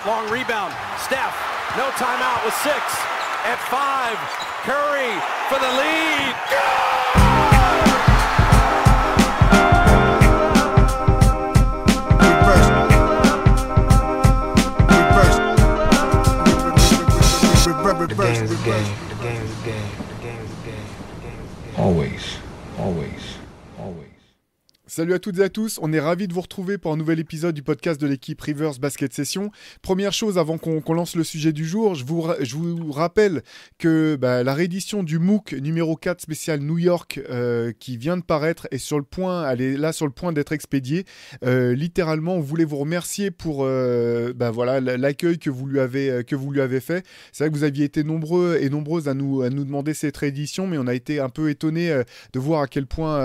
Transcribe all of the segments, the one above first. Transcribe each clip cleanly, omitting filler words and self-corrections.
Long rebound. Steph, no timeout with 6. At 5, Curry for the lead. The game is game. The game is game. The game is game. Always. Salut à toutes et à tous, on est ravis de vous retrouver pour un nouvel épisode du podcast de l'équipe Rivers Basket Session. Première chose avant qu'on lance le sujet du jour, je vous rappelle que la réédition du MOOC numéro 4 spécial New York qui vient de paraître est sur le point d'être expédiée. Littéralement, on voulait vous remercier pour l'accueil que vous lui avez fait. C'est vrai que vous aviez été nombreux et nombreuses à nous demander cette réédition, mais on a été un peu étonnés de voir à quel point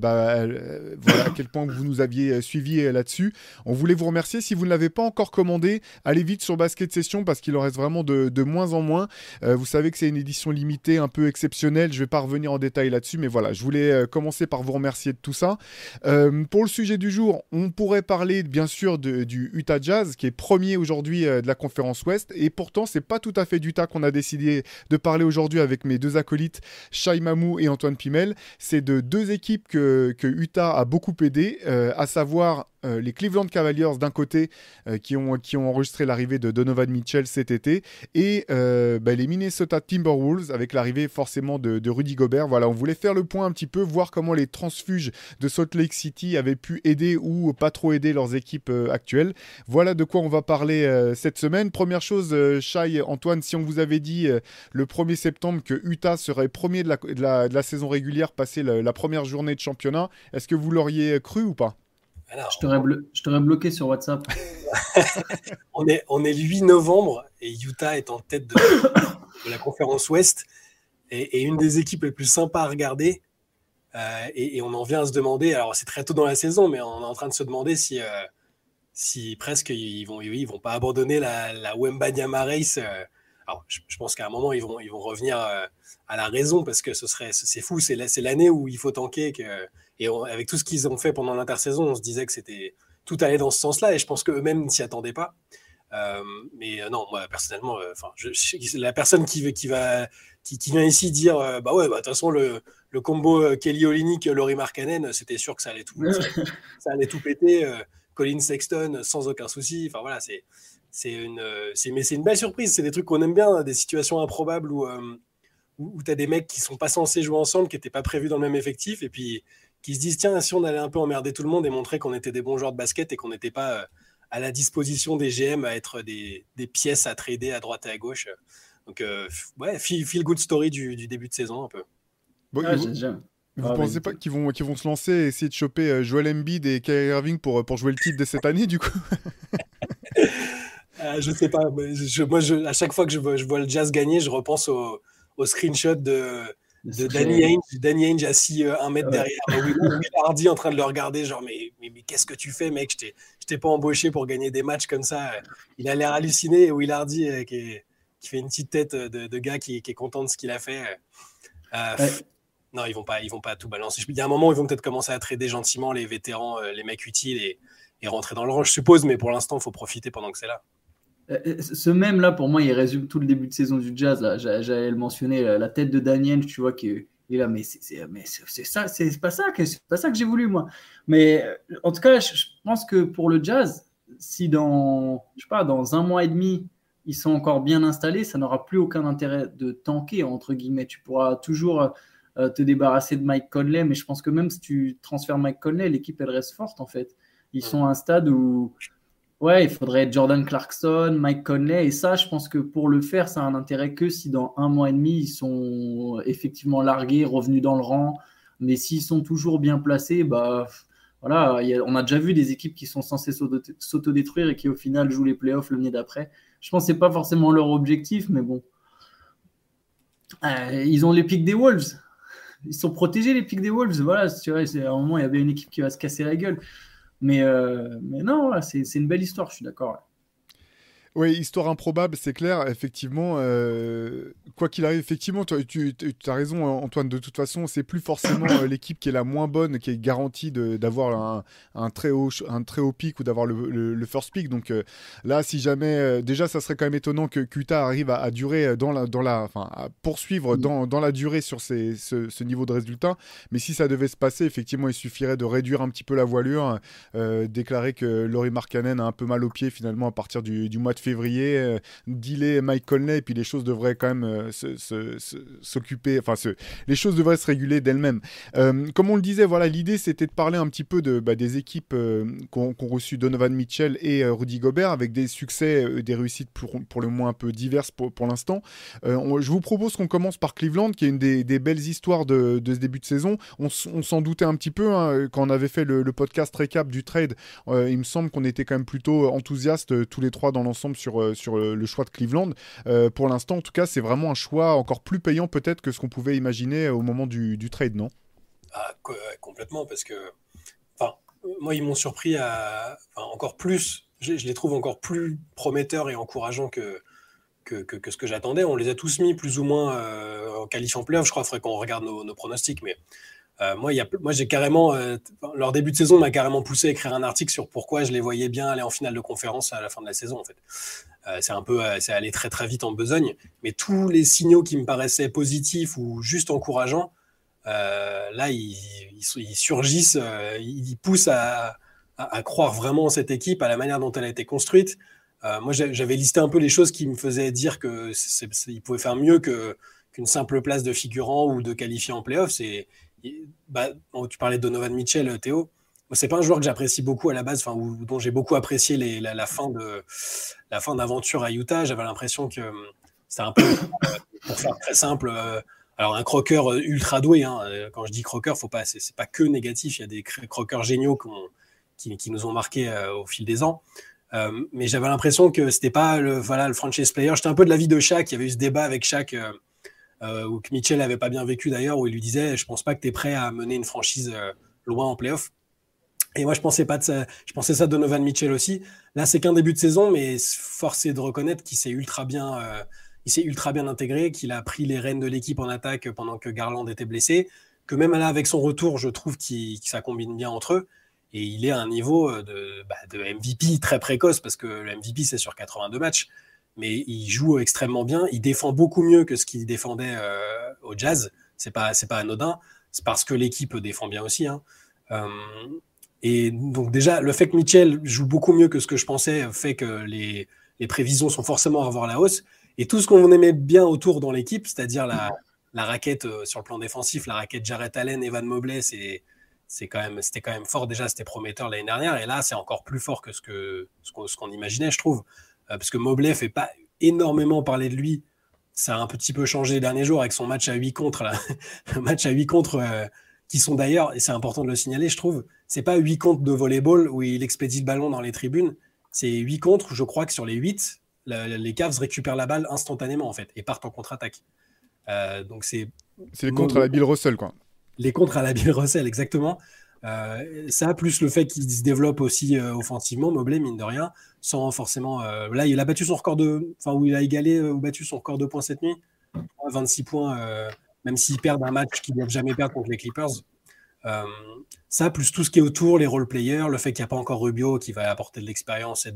à quel point vous nous aviez suivis là-dessus. On voulait vous remercier. Si vous ne l'avez pas encore commandé, allez vite sur Basket Session parce qu'il en reste vraiment de moins en moins. Vous savez que c'est une édition limitée un peu exceptionnelle. Je ne vais pas revenir en détail là-dessus, mais voilà, je voulais commencer par vous remercier de tout ça. Pour le sujet du jour, on pourrait parler bien sûr du Utah Jazz qui est premier aujourd'hui de la conférence Ouest et pourtant, c'est pas tout à fait d'Utah qu'on a décidé de parler aujourd'hui avec mes deux acolytes, Shai Mamou et Antoine Pimel. C'est de deux équipes que Utah a beaucoup aidé, à savoir les Cleveland Cavaliers d'un côté qui ont enregistré l'arrivée de Donovan Mitchell cet été et les Minnesota Timberwolves avec l'arrivée forcément de Rudy Gobert. Voilà, on voulait faire le point un petit peu, voir comment les transfuges de Salt Lake City avaient pu aider ou pas trop aider leurs équipes actuelles. Voilà de quoi on va parler cette semaine. Première chose, Shai, Antoine, si on vous avait dit le 1er septembre que Utah serait premier de la saison régulière, passer la première journée de championnat, est-ce que vous l'auriez cru ou pas? Alors, je t'aurais bloqué sur WhatsApp. on est le 8 novembre et Utah est en tête de la conférence Ouest et une des équipes les plus sympas à regarder. Et on en vient à se demander, alors c'est très tôt dans la saison, mais on est en train de se demander si presque ils vont pas abandonner la Wembanyama Race. Alors, je pense qu'à un moment, ils vont revenir à la raison parce que c'est fou, c'est l'année où il faut tanker. Avec tout ce qu'ils ont fait pendant l'intersaison, on se disait que tout allait dans ce sens-là et je pense qu'eux-mêmes ne s'y attendaient pas. Non, moi, personnellement, la personne qui vient ici dire de toute façon, le combo Kelly Olynyk, Lauri Markkanen, c'était sûr que ça allait tout péter. Colin Sexton, sans aucun souci. Enfin, voilà, c'est une belle surprise. C'est des trucs qu'on aime bien, des situations improbables où tu as des mecs qui sont pas censés jouer ensemble, qui n'étaient pas prévus dans le même effectif, et puis qui se disent tiens, si on allait un peu emmerder tout le monde et montrer qu'on était des bons joueurs de basket et qu'on n'était pas à la disposition des GM à être des pièces à trader à droite et à gauche. Donc, feel good story du début de saison un peu. Bon, vous pensez pas qu'ils vont se lancer et essayer de choper Joel Embiid et Kyrie Irving pour jouer le titre de cette année, du coup? Je sais pas. Moi, à chaque fois que je vois le Jazz gagner, je repense au screenshot de Danny Ainge assis 1 mètre derrière Will Hardy en train de le regarder, genre mais qu'est-ce que tu fais, mec? Je t'ai pas embauché pour gagner des matchs comme ça. Il a l'air halluciné, et Will Hardy qui fait une petite tête de gars qui est content de ce qu'il a fait. Non, ils vont pas tout balancer. Il y a un moment où ils vont peut-être commencer à trader gentiment les vétérans, les mecs utiles et rentrer dans le rang, je suppose, mais pour l'instant, il faut profiter pendant que c'est là. Ce même là, pour moi, il résume tout le début de saison du Jazz. Là. J'allais le mentionner, la tête de Daniel, tu vois, qui est là, mais c'est pas ça que j'ai voulu, moi. Mais en tout cas, je pense que pour le Jazz, si dans un mois et demi, ils sont encore bien installés, ça n'aura plus aucun intérêt de tanker, entre guillemets. Tu pourras toujours te débarrasser de Mike Conley, mais je pense que même si tu transfères Mike Conley, l'équipe, elle reste forte, en fait. Ils sont à un stade où il faudrait Jordan Clarkson, Mike Conley, et ça, je pense que pour le faire, ça a un intérêt que si dans un mois et demi, ils sont effectivement largués, revenus dans le rang, mais s'ils sont toujours bien placés, voilà, on a déjà vu des équipes qui sont censées s'autodétruire et qui au final jouent les playoffs l'année d'après. Je pense que c'est pas forcément leur objectif, mais bon. Ils ont les pics des Wolves. Ils sont protégés, les pics des Wolves. Voilà, tu vois, à un moment, il y avait une équipe qui va se casser la gueule. Mais non, c'est une belle histoire, je suis d'accord. Oui, histoire improbable, c'est clair. Effectivement, quoi qu'il arrive, effectivement, tu as raison, Antoine. De toute façon, c'est plus forcément l'équipe qui est la moins bonne qui est garantie d'avoir un très haut pick ou d'avoir le first pick. Donc là, si jamais, déjà, ça serait quand même étonnant que Utah arrive à durer à poursuivre dans la durée sur ce niveau de résultat. Mais si ça devait se passer, effectivement, il suffirait de réduire un petit peu la voilure, déclarer que Lauri Markkanen a un peu mal au pied finalement à partir du mois de février, dealer Mike Conley, et puis les choses devraient quand même s'occuper, les choses devraient se réguler d'elles-mêmes. Comme on le disait, voilà, l'idée c'était de parler un petit peu des équipes qu'ont reçu Donovan Mitchell et Rudy Gobert, avec des succès, des réussites pour le moins un peu diverses pour l'instant. Je vous propose qu'on commence par Cleveland, qui est une des belles histoires de ce début de saison. On s'en doutait un petit peu, hein, quand on avait fait le podcast récap du trade. Il me semble qu'on était quand même plutôt enthousiastes tous les trois dans l'ensemble sur le choix de Cleveland. Pour l'instant, en tout cas, c'est vraiment un choix encore plus payant peut-être que ce qu'on pouvait imaginer au moment du trade, non ? Complètement, parce que moi, ils m'ont surpris encore plus. Je les trouve encore plus prometteurs et encourageants que ce que j'attendais. On les a tous mis plus ou moins en qualif en playoff. Je crois qu'il faudrait qu'on regarde nos pronostics, mais moi, j'ai carrément, leur début de saison m'a carrément poussé à écrire un article sur pourquoi je les voyais bien aller en finale de conférence à la fin de la saison. En fait, c'est allé très très vite en besogne, mais tous les signaux qui me paraissaient positifs ou juste encourageants, là, ils surgissent, ils poussent à croire vraiment en cette équipe, à la manière dont elle a été construite. Moi, j'avais listé un peu les choses qui me faisaient dire qu'ils pouvaient faire mieux qu'une simple place de figurant ou de qualifié en play-off. Tu parlais de Donovan Mitchell, Théo. C'est pas un joueur que j'apprécie beaucoup à la base, ou dont j'ai beaucoup apprécié la fin d'aventure à Utah. J'avais l'impression que c'était un peu, pour faire très simple, alors un croqueur ultra doué. Hein, quand je dis croqueur, c'est pas que négatif. Il y a des croqueurs géniaux qui nous ont marqués au fil des ans. Mais j'avais l'impression que c'était pas le franchise player. J'étais un peu de l'avis de Shaq. Il y avait eu ce débat avec Shaq. Où Mitchell n'avait pas bien vécu d'ailleurs, où il lui disait: je pense pas que tu es prêt à mener une franchise loin en playoff. Et moi je pensais ça de Donovan Mitchell aussi. Là c'est qu'un début de saison, mais force est de reconnaître qu'il s'est ultra bien intégré, qu'il a pris les rênes de l'équipe en attaque pendant que Garland était blessé, que même là avec son retour je trouve que ça combine bien entre eux, et il est à un niveau de MVP très précoce, parce que le MVP c'est sur 82 matchs. Mais il joue extrêmement bien, il défend beaucoup mieux que ce qu'il défendait au Jazz. C'est pas anodin, c'est parce que l'équipe défend bien aussi. Hein. Et donc déjà, le fait que Mitchell joue beaucoup mieux que ce que je pensais fait que les prévisions sont forcément à revoir la hausse. Et tout ce qu'on aimait bien autour dans l'équipe, c'est-à-dire la raquette sur le plan défensif, la raquette Jarrett Allen, Evan Mobley, c'était quand même fort déjà, c'était prometteur l'année dernière. Et là, c'est encore plus fort que ce qu'on imaginait, je trouve. Parce que Mobley fait pas énormément parler de lui. Ça a un petit peu changé les derniers jours avec son match à 8 contre, le match à 8 contre, qui sont d'ailleurs, et c'est important de le signaler, je trouve, c'est pas 8 contre de volleyball où il expédie le ballon dans les tribunes, c'est 8 contre, je crois que sur les 8, les Cavs récupèrent la balle instantanément en fait, et partent en contre-attaque. Donc c'est les contres à la Bill Russell, quoi. Les contres à la Bill Russell, exactement. Ça, plus le fait qu'il se développe aussi offensivement, Mobley, mine de rien, sans forcément. Là, il a battu son record où il a égalé ou battu son record de points cette nuit. 26 points, même s'ils perdent un match qu'ils ne doivent jamais perdre contre les Clippers. Ça, plus tout ce qui est autour, les role-players, le fait qu'il n'y a pas encore Rubio qui va apporter de l'expérience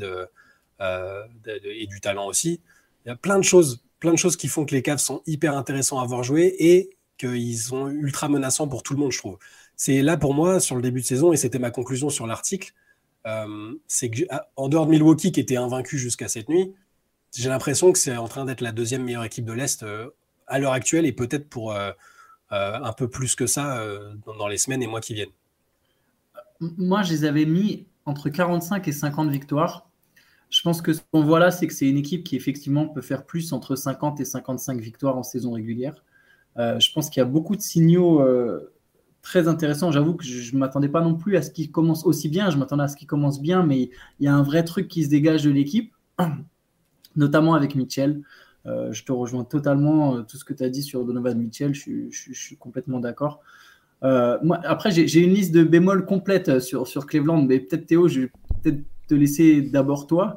et du talent aussi. Il y a plein de choses qui font que les Cavs sont hyper intéressants à voir jouer et qu'ils sont ultra menaçants pour tout le monde, je trouve. C'est là pour moi, sur le début de saison, et c'était ma conclusion sur l'article, c'est que en dehors de Milwaukee qui était invaincu jusqu'à cette nuit, j'ai l'impression que c'est en train d'être la deuxième meilleure équipe de l'Est à l'heure actuelle, et peut-être pour un peu plus que ça dans les semaines et mois qui viennent. Moi, je les avais mis entre 45 et 50 victoires. Je pense que ce qu'on voit là, c'est que c'est une équipe qui effectivement peut faire plus, entre 50 et 55 victoires en saison régulière. Je pense qu'il y a beaucoup de signaux très intéressants. J'avoue que je ne m'attendais pas non plus à ce qu'ils commencent aussi bien. Je m'attendais à ce qu'ils commencent bien, mais il y a un vrai truc qui se dégage de l'équipe, notamment avec Mitchell. Je te rejoins totalement. Tout ce que tu as dit sur Donovan Mitchell, je suis complètement d'accord. Moi, après, j'ai une liste de bémols complète sur Cleveland, mais peut-être Théo, je vais peut-être te laisser d'abord toi.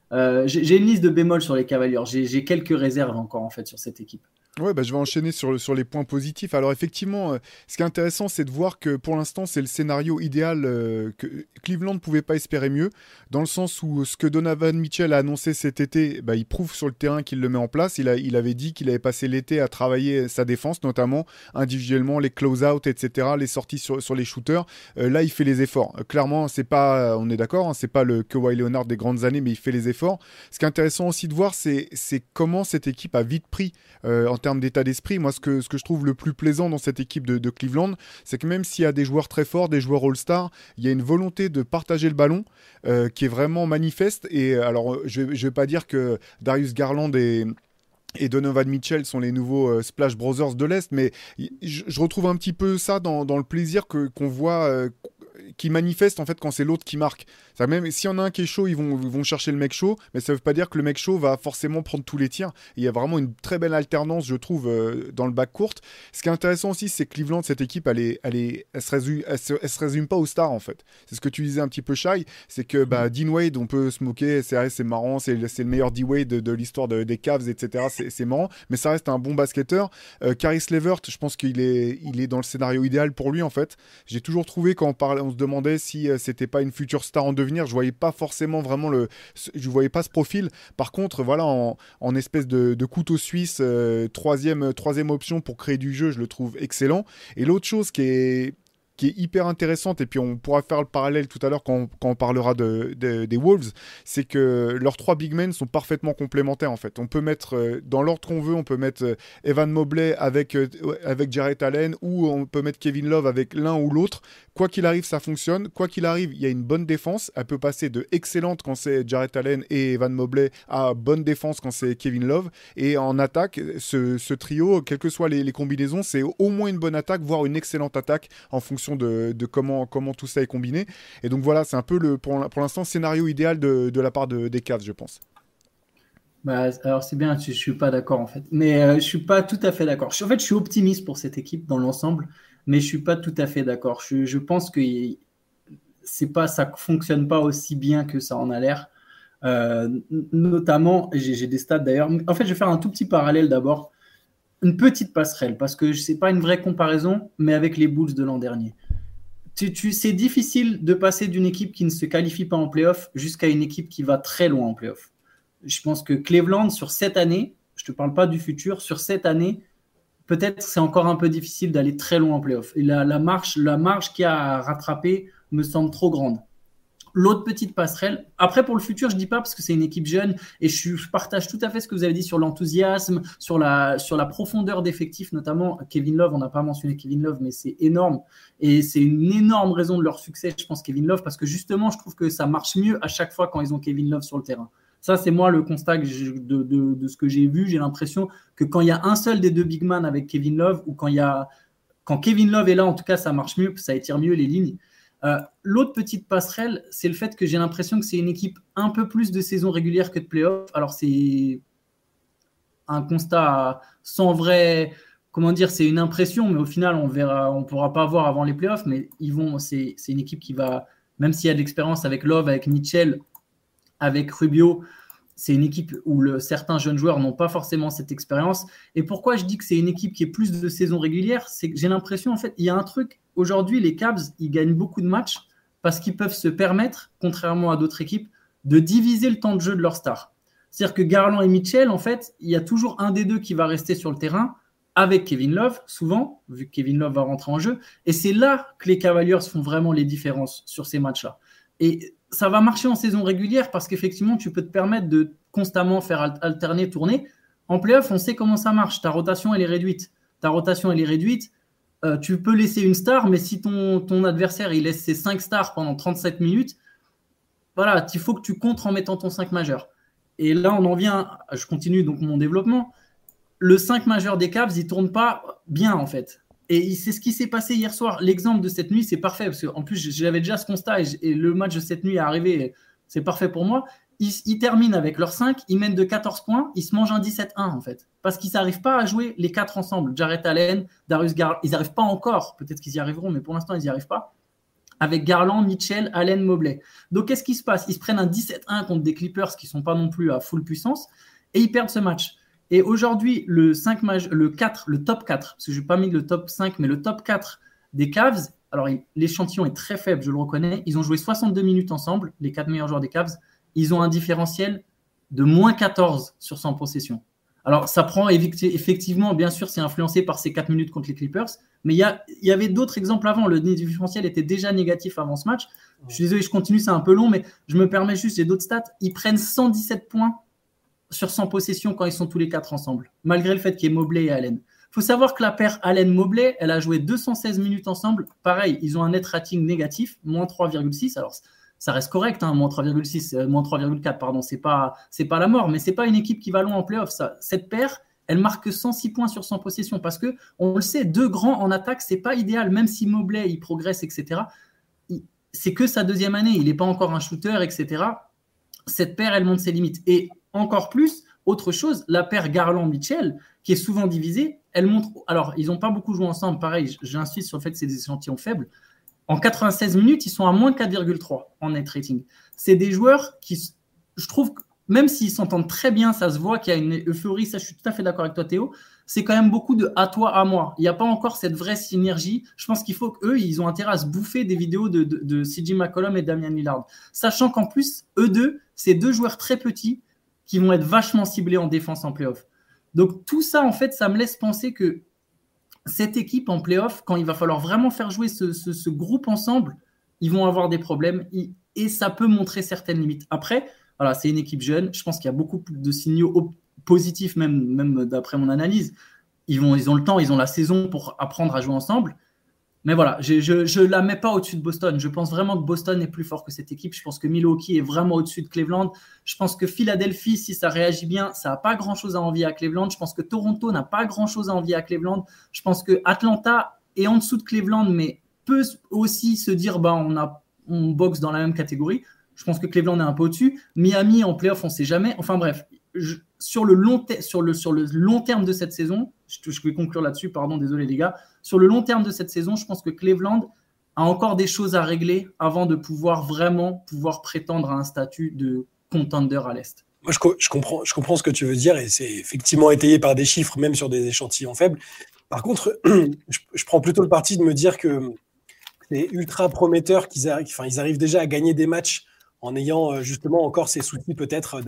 J'ai une liste de bémols sur les Cavaliers. J'ai quelques réserves encore en fait sur cette équipe. Ouais, je vais enchaîner sur les points positifs. Alors effectivement, ce qui est intéressant, c'est de voir que pour l'instant, c'est le scénario idéal que Cleveland ne pouvait pas espérer mieux, dans le sens où ce que Donovan Mitchell a annoncé cet été, il prouve sur le terrain qu'il le met en place. Il avait dit qu'il avait passé l'été à travailler sa défense, notamment individuellement, les close-out, etc., les sorties sur les shooters. Là, il fait les efforts. Clairement, c'est pas, on est d'accord, hein, c'est pas le Kawhi Leonard des grandes années, mais il fait les efforts. Ce qui est intéressant aussi de voir, c'est comment cette équipe a vite pris en termes d'état d'esprit. Moi, ce que je trouve le plus plaisant dans cette équipe de Cleveland, c'est que même s'il y a des joueurs très forts, des joueurs All-Star, il y a une volonté de partager le ballon qui est vraiment manifeste. Et alors, je vais pas dire que Darius Garland et Donovan Mitchell sont les nouveaux Splash Brothers de l'Est, mais je retrouve un petit peu ça dans le plaisir qu'on voit qui manifeste en fait quand c'est l'autre qui marque. Ça, même s'il y en a un qui est chaud, ils vont chercher le mec chaud, mais ça veut pas dire que le mec chaud va forcément prendre tous les tirs. Et il y a vraiment une très belle alternance, je trouve, dans le backcourt. Ce qui est intéressant aussi, c'est que Cleveland, cette équipe, elle se résume pas aux stars en fait. C'est ce que tu disais un petit peu, Shai, c'est que Dean Wade, on peut se moquer, c'est marrant, c'est le meilleur D-Wade de l'histoire des Cavs, etc. C'est marrant, mais ça reste un bon basketteur. Caris LeVert, je pense qu'il est dans le scénario idéal pour lui en fait. J'ai toujours trouvé quand on se demandait si c'était pas une future star en devenir, je voyais pas forcément vraiment je voyais pas ce profil. Par contre, voilà, en espèce de couteau suisse, troisième option pour créer du jeu, je le trouve excellent. Et l'autre chose qui est hyper intéressante, et puis on pourra faire le parallèle tout à l'heure quand on parlera des Wolves, c'est que leurs trois big men sont parfaitement complémentaires en fait. On peut mettre, dans l'ordre qu'on veut, on peut mettre Evan Mobley avec Jarrett Allen, ou on peut mettre Kevin Love avec l'un ou l'autre. Quoi qu'il arrive, ça fonctionne. Quoi qu'il arrive, il y a une bonne défense. Elle peut passer de excellente quand c'est Jarrett Allen et Evan Mobley à bonne défense quand c'est Kevin Love. Et en attaque, ce trio, quelles que soient les combinaisons, c'est au moins une bonne attaque, voire une excellente attaque en fonction de comment tout ça est combiné. Et donc voilà, c'est un peu pour l'instant scénario idéal de la part des Cavs, je pense. Alors c'est bien, je suis pas d'accord en fait, mais je suis pas tout à fait d'accord. En fait, je suis optimiste pour cette équipe dans l'ensemble, mais je suis pas tout à fait d'accord. Je pense que ça fonctionne pas aussi bien que ça en a l'air. Notamment, j'ai des stats d'ailleurs. En fait, je vais faire un tout petit parallèle d'abord, une petite passerelle, parce que c'est pas une vraie comparaison, mais avec les Bulls de l'an dernier. C'est difficile de passer d'une équipe qui ne se qualifie pas en play-off jusqu'à une équipe qui va très loin en play-off. Je pense que Cleveland, sur cette année, je ne te parle pas du futur, sur cette année, peut-être c'est encore un peu difficile d'aller très loin en play-off. Et la marge qu'il y a à rattraper me semble trop grande. L'autre petite passerelle, après pour le futur, je ne dis pas parce que c'est une équipe jeune et je partage tout à fait ce que vous avez dit sur l'enthousiasme, sur la profondeur d'effectifs, notamment Kevin Love. On n'a pas mentionné Kevin Love, mais c'est énorme et c'est une énorme raison de leur succès, je pense, Kevin Love, parce que justement, je trouve que ça marche mieux à chaque fois quand ils ont Kevin Love sur le terrain. Ça, c'est moi le constat de ce que j'ai vu. J'ai l'impression que quand il y a un seul des deux big man avec Kevin Love, ou quand Kevin Love est là, en tout cas, ça marche mieux, ça étire mieux les lignes. L'autre petite passerelle, c'est le fait que j'ai l'impression que c'est une équipe un peu plus de saison régulière que de play-off. Alors, c'est un constat sans vrai... Comment dire, c'est une impression, mais au final, on verra, on ne pourra pas voir avant les playoffs, mais c'est une équipe qui va, même s'il y a de l'expérience avec Love, avec Mitchell, avec Rubio, c'est une équipe où certains jeunes joueurs n'ont pas forcément cette expérience. Et pourquoi je dis que c'est une équipe qui est plus de saison régulière, c'est que j'ai l'impression, en fait, il y a un truc. Aujourd'hui, les Cavs, ils gagnent beaucoup de matchs parce qu'ils peuvent se permettre, contrairement à d'autres équipes, de diviser le temps de jeu de leurs stars. C'est-à-dire que Garland et Mitchell, en fait, il y a toujours un des deux qui va rester sur le terrain avec Kevin Love, souvent, vu que Kevin Love va rentrer en jeu. Et c'est là que les Cavaliers font vraiment les différences sur ces matchs-là. Et ça va marcher en saison régulière parce qu'effectivement, tu peux te permettre de constamment faire alterner, tourner. En play-off, on sait comment ça marche. Ta rotation, elle est réduite. Tu peux laisser une star, mais si ton adversaire il laisse ses 5 stars pendant 37 minutes, voilà, il faut que tu contres en mettant ton 5 majeur. Et là, on en vient, je continue donc mon développement. Le 5 majeur des Cavs, il ne tourne pas bien en fait. Et c'est ce qui s'est passé hier soir. L'exemple de cette nuit, c'est parfait, parce qu'en plus, j'avais déjà ce constat, et le match de cette nuit est arrivé, c'est parfait pour moi. Ils terminent avec leurs 5, ils mènent de 14 points, ils se mangent un 17-1, en fait. Parce qu'ils n'arrivent pas à jouer les 4 ensemble. Jarrett Allen, Darius Garland, ils n'arrivent pas encore. Peut-être qu'ils y arriveront, mais pour l'instant, ils n'y arrivent pas. avec Garland, Mitchell, Allen, Mobley. Donc, qu'est-ce qui se passe? Ils se prennent un 17-1 contre des Clippers qui ne sont pas non plus à full puissance et ils perdent ce match. Et aujourd'hui, le top 4, parce que je n'ai pas mis le top 5, mais le top 4 des Cavs, alors l'échantillon est très faible, je le reconnais, ils ont joué 62 minutes ensemble, les 4 meilleurs joueurs des Cavs, ils ont un différentiel de moins 14 sur 100 possessions. Alors, ça prend effectivement, bien sûr, c'est influencé par ces 4 minutes contre les Clippers, mais il y avait d'autres exemples avant. Le différentiel était déjà négatif avant ce match. Je suis désolé, je continue, c'est un peu long, mais je me permets juste, j'ai d'autres stats. Ils prennent 117 points sur 100 possessions quand ils sont tous les 4 ensemble, malgré le fait qu'il y ait Mobley et Allen. Il faut savoir que la paire Allen-Mobley, elle a joué 216 minutes ensemble. Pareil, ils ont un net rating négatif, moins 3,6. Alors, ça reste correct, hein, moins 3,6, moins 3,4, pardon. C'est pas la mort, mais c'est pas une équipe qui va loin en playoff. Cette paire, elle marque 106 points sur 100 possessions parce que, on le sait, 2 grands en attaque, c'est pas idéal. Même si Mobley, il progresse, etc., c'est que sa deuxième année. Il n'est pas encore un shooter, etc. Cette paire, elle montre ses limites. Et encore plus, autre chose, la paire Garland-Mitchell, qui est souvent divisée, elle montre. Alors, ils n'ont pas beaucoup joué ensemble. Pareil, j'insiste sur le fait que c'est des échantillons faibles. En 96 minutes, ils sont à moins 4,3 en net rating. C'est des joueurs qui, je trouve, même s'ils s'entendent très bien, ça se voit qu'il y a une euphorie. Ça, je suis tout à fait d'accord avec toi, Théo. C'est quand même beaucoup de à toi, à moi. Il n'y a pas encore cette vraie synergie. Je pense qu'il faut qu'eux, ils ont intérêt à se bouffer des vidéos de CJ McCollum et Damian Lillard. Sachant qu'en plus, eux deux, c'est 2 joueurs très petits qui vont être vachement ciblés en défense en play-off. Donc tout ça, en fait, ça me laisse penser que cette équipe en play-off, quand il va falloir vraiment faire jouer ce groupe ensemble, ils vont avoir des problèmes et ça peut montrer certaines limites. Après, voilà, c'est une équipe jeune. Je pense qu'il y a beaucoup de signaux positifs, même d'après mon analyse. Ils ont le temps, ils ont la saison pour apprendre à jouer ensemble. Mais voilà, je ne la mets pas au-dessus de Boston. Je pense vraiment que Boston est plus fort que cette équipe. Je pense que Milwaukee est vraiment au-dessus de Cleveland. Je pense que Philadelphie, si ça réagit bien, ça n'a pas grand-chose à envier à Cleveland. Je pense que Toronto n'a pas grand-chose à envier à Cleveland. Je pense que Atlanta est en dessous de Cleveland, mais peut aussi se dire on boxe dans la même catégorie. Je pense que Cleveland est un peu au-dessus. Miami, en play-off, on ne sait jamais. Enfin bref, sur le long terme de cette saison, je vais conclure là-dessus, pardon, désolé les gars. Sur le long terme de cette saison, je pense que Cleveland a encore des choses à régler avant de pouvoir prétendre à un statut de contender à l'Est. Moi, je comprends ce que tu veux dire et c'est effectivement étayé par des chiffres, même sur des échantillons faibles. Par contre, je prends plutôt le parti de me dire que c'est ultra prometteur ils arrivent déjà à gagner des matchs en ayant justement encore ces soucis peut-être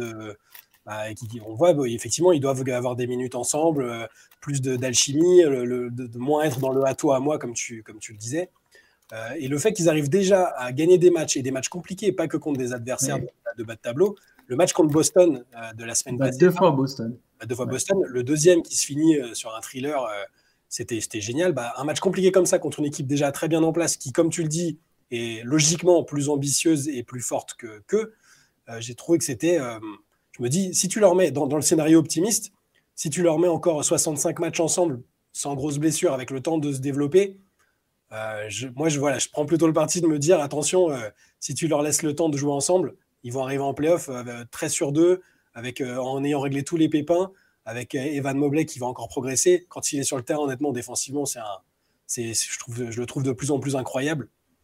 on voit effectivement ils doivent avoir des minutes ensemble, plus d'alchimie, de moins être dans le à toi à moi comme tu le disais. Et le fait qu'ils arrivent déjà à gagner des matchs et des matchs compliqués, pas que contre des adversaires de bas de tableau. Le match contre Boston de la semaine passée. 2 fois Boston. 2 fois Boston. Le deuxième qui se finit sur un thriller, c'était génial. Un match compliqué comme ça contre une équipe déjà très bien en place qui, comme tu le dis, est logiquement plus ambitieuse et plus forte qu'eux. J'ai trouvé que c'était... je me dis, si tu leur mets, dans le scénario optimiste, si tu leur mets encore 65 matchs ensemble, sans grosse blessure, avec le temps de se développer, je prends plutôt le parti de me dire, attention, si tu leur laisses le temps de jouer ensemble, ils vont arriver en play-off très sur 2, en ayant réglé tous les pépins, avec Evan Mobley qui va encore progresser. Quand il est sur le terrain, honnêtement, défensivement, je le trouve de plus en plus incroyable.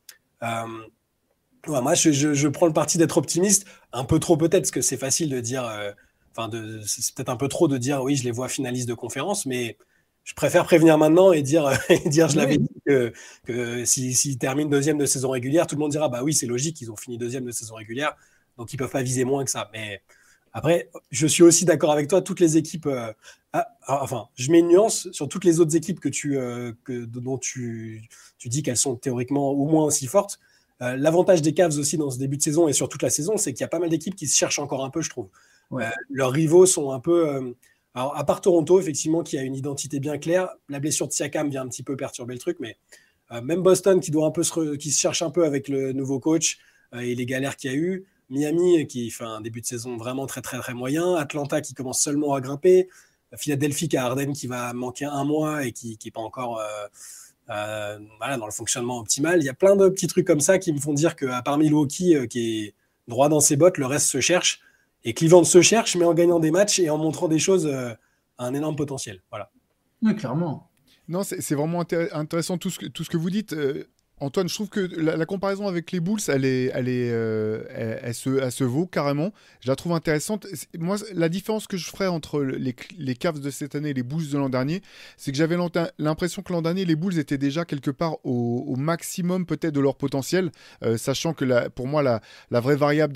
Moi, je prends le parti d'être optimiste, un peu trop peut-être, parce que c'est facile de dire, c'est peut-être un peu trop de dire, oui, je les vois finalistes de conférence, mais je préfère prévenir maintenant et dire je l'avais dit que s'ils terminent 2e de saison régulière, tout le monde dira, bah oui, c'est logique, ils ont fini 2e de saison régulière, donc ils ne peuvent pas viser moins que ça. Mais après, je suis aussi d'accord avec toi, toutes les équipes, je mets une nuance sur toutes les autres équipes dont tu dis qu'elles sont théoriquement au moins aussi fortes. L'avantage des Cavs aussi dans ce début de saison et sur toute la saison, c'est qu'il y a pas mal d'équipes qui se cherchent encore un peu, je trouve. Ouais. Leurs rivaux sont un peu... alors, à part Toronto, effectivement, qui a une identité bien claire, la blessure de Siakam vient un petit peu perturber le truc, mais même Boston qui doit un peu qui se cherche un peu avec le nouveau coach et les galères qu'il y a eu, Miami qui fait un début de saison vraiment très très très moyen, Atlanta qui commence seulement à grimper, Philadelphie qui a Harden qui va manquer 1 mois et qui n'est pas encore dans le fonctionnement optimal. Il y a plein de petits trucs comme ça qui me font dire qu'à part Milwaukee qui est droit dans ses bottes, le reste se cherche. Et Cleveland se cherche, mais en gagnant des matchs et en montrant des choses à un énorme potentiel. Voilà. Oui, clairement. Non, c'est vraiment intéressant tout ce que vous dites. Antoine, je trouve que la comparaison avec les Bulls, elle se vaut carrément. Je la trouve intéressante. Moi, la différence que je ferais entre les Cavs de cette année et les Bulls de l'an dernier, c'est que j'avais l'impression que l'an dernier, les Bulls étaient déjà quelque part au maximum peut-être de leur potentiel, sachant que pour moi, la vraie variable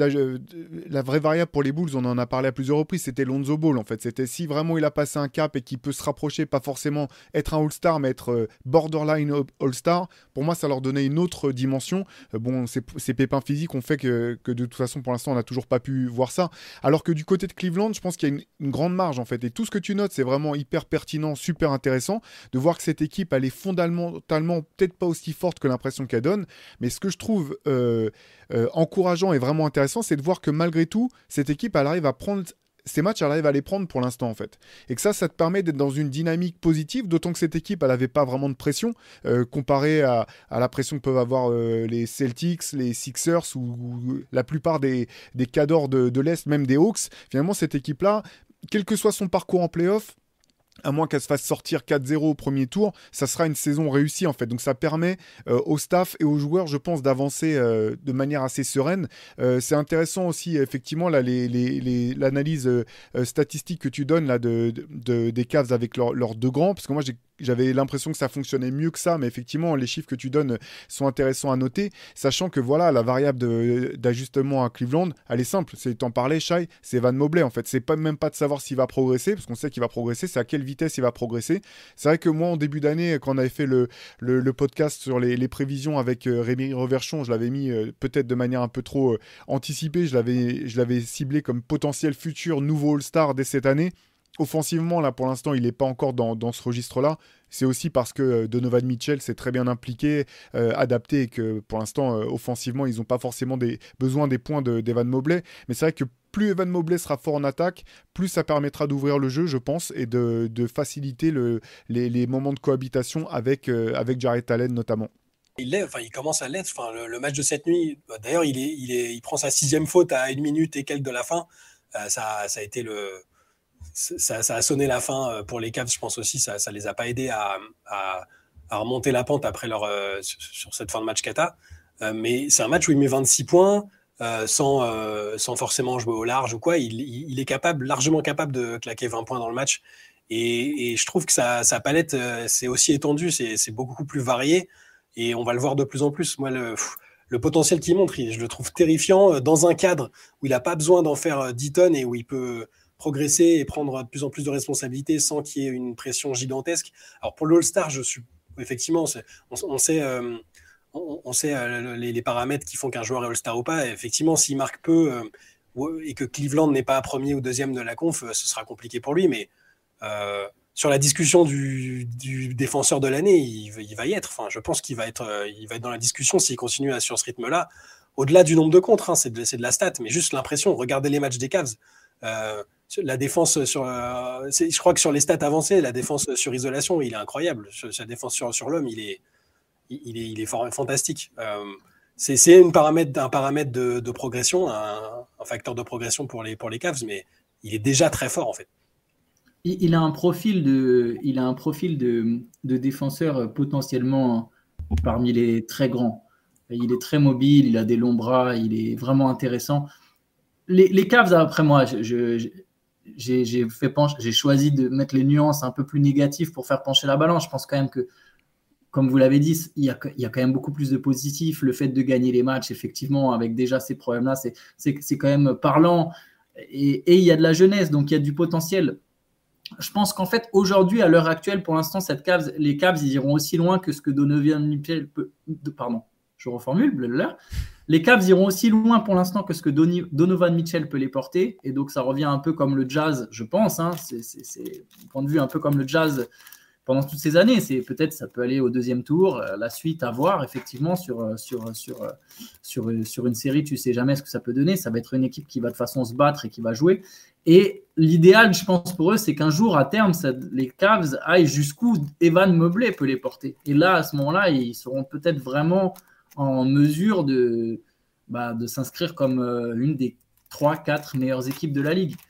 pour les Bulls, on en a parlé à plusieurs reprises, c'était Lonzo Ball en fait. C'était si vraiment il a passé un cap et qu'il peut se rapprocher, pas forcément être un All-Star, mais être borderline All-Star, pour moi, ça leur donne une autre dimension. Bon, ces pépins physiques ont fait que de toute façon, pour l'instant, on n'a toujours pas pu voir ça. Alors que du côté de Cleveland, je pense qu'il y a une grande marge, en fait. Et tout ce que tu notes, c'est vraiment hyper pertinent, super intéressant de voir que cette équipe, elle est fondamentalement peut-être pas aussi forte que l'impression qu'elle donne. Mais ce que je trouve encourageant et vraiment intéressant, c'est de voir que malgré tout, cette équipe, elle arrive à prendre ces matchs, elle arrive à les prendre pour l'instant en fait. Et que ça te permet d'être dans une dynamique positive, d'autant que cette équipe, elle n'avait pas vraiment de pression, comparée à la pression que peuvent avoir les Celtics, les Sixers ou la plupart des cadors de l'Est, même des Hawks. Finalement, cette équipe-là, quel que soit son parcours en play-off, à moins qu'elle se fasse sortir 4-0 au premier tour, ça sera une saison réussie en fait. Donc ça permet au staff et aux joueurs, je pense, d'avancer de manière assez sereine. C'est intéressant aussi, effectivement, là, l'analyse statistique que tu donnes là, des Cavs avec leurs deux grands, parce que moi j'avais l'impression que ça fonctionnait mieux que ça, mais effectivement, les chiffres que tu donnes sont intéressants à noter, sachant que voilà, la variable d'ajustement à Cleveland, elle est simple. T'en parlais, Shai, c'est Evan Mobley en fait. C'est même pas de savoir s'il va progresser, parce qu'on sait qu'il va progresser, c'est à quelle vitesse il va progresser. C'est vrai que moi, en début d'année, quand on avait fait le podcast sur les prévisions avec Rémi Reverchon, je l'avais mis peut-être de manière un peu trop anticipée, je l'avais ciblé comme potentiel futur nouveau All-Star dès cette année. Offensivement, là, pour l'instant, il n'est pas encore dans ce registre-là. C'est aussi parce que Donovan Mitchell s'est très bien impliqué, adapté, et que pour l'instant, offensivement, ils n'ont pas forcément besoin des points d'Evan Mobley. Mais c'est vrai que plus Evan Mobley sera fort en attaque, plus ça permettra d'ouvrir le jeu, je pense, et de faciliter les moments de cohabitation avec Jarrett Allen notamment. Il commence à l'être. Le match de cette nuit, d'ailleurs, il prend sa 6e faute à 1 minute et quelques de la fin. Ça a été ça a sonné la fin pour les Cavs, je pense aussi. Ça les a pas aidés à remonter la pente après sur cette fin de match cata. Mais c'est un match où il met 26 points sans forcément jouer au large ou quoi. Il est largement capable de claquer 20 points dans le match. Et je trouve que sa palette c'est aussi étendue, c'est beaucoup plus varié. Et on va le voir de plus en plus. Moi, le potentiel qu'il montre, je le trouve terrifiant dans un cadre où il n'a pas besoin d'en faire 10 tonnes et où il peut progresser et prendre de plus en plus de responsabilités sans qu'il y ait une pression gigantesque. Alors pour l'All-Star, effectivement, on sait les paramètres qui font qu'un joueur est All-Star ou pas. Et effectivement, s'il marque peu et que Cleveland n'est pas premier ou deuxième de la conf, ce sera compliqué pour lui. Mais sur la discussion du défenseur de l'année, il va y être. Enfin, je pense qu'il va être dans la discussion s'il continue sur ce rythme-là. Au-delà du nombre de contres, hein, c'est de la stat, mais juste l'impression. Regardez les matchs des Cavs. La défense je crois que sur les stats avancées, la défense sur isolation, il est incroyable. Sa défense sur l'homme, il est fantastique. C'est un paramètre de progression, un facteur de progression pour les Cavs, mais il est déjà très fort en fait. Il a un profil de défenseur potentiellement parmi les très grands. Il est très mobile, il a des longs bras, il est vraiment intéressant. Les Cavs, après moi, j'ai choisi de mettre les nuances un peu plus négatives pour faire pencher la balance. Je pense quand même que, comme vous l'avez dit, il y a quand même beaucoup plus de positifs. Le fait de gagner les matchs, effectivement, avec déjà ces problèmes-là, c'est quand même parlant. Et il y a de la jeunesse, donc il y a du potentiel. Je pense qu'en fait, aujourd'hui, à l'heure actuelle, pour l'instant, les Cavs, ils iront aussi loin que ce que Donovan Mitchell peut... Pardon, je reformule, blablabla. Les Cavs iront aussi loin pour l'instant que ce que Donovan Mitchell peut les porter. Et donc, ça revient un peu comme le Jazz, je pense. Hein, c'est un point de vue un peu comme le Jazz pendant toutes ces années. Peut-être ça peut aller au deuxième tour. La suite à voir, effectivement, sur une série, tu ne sais jamais ce que ça peut donner. Ça va être une équipe qui va de toute façon se battre et qui va jouer. Et l'idéal, je pense, pour eux, c'est qu'un jour, à terme, les Cavs aillent jusqu'où Evan Mobley peut les porter. Et là, à ce moment-là, ils seront peut-être vraiment en mesure de s'inscrire comme une des 3-4 meilleures équipes de la Ligue.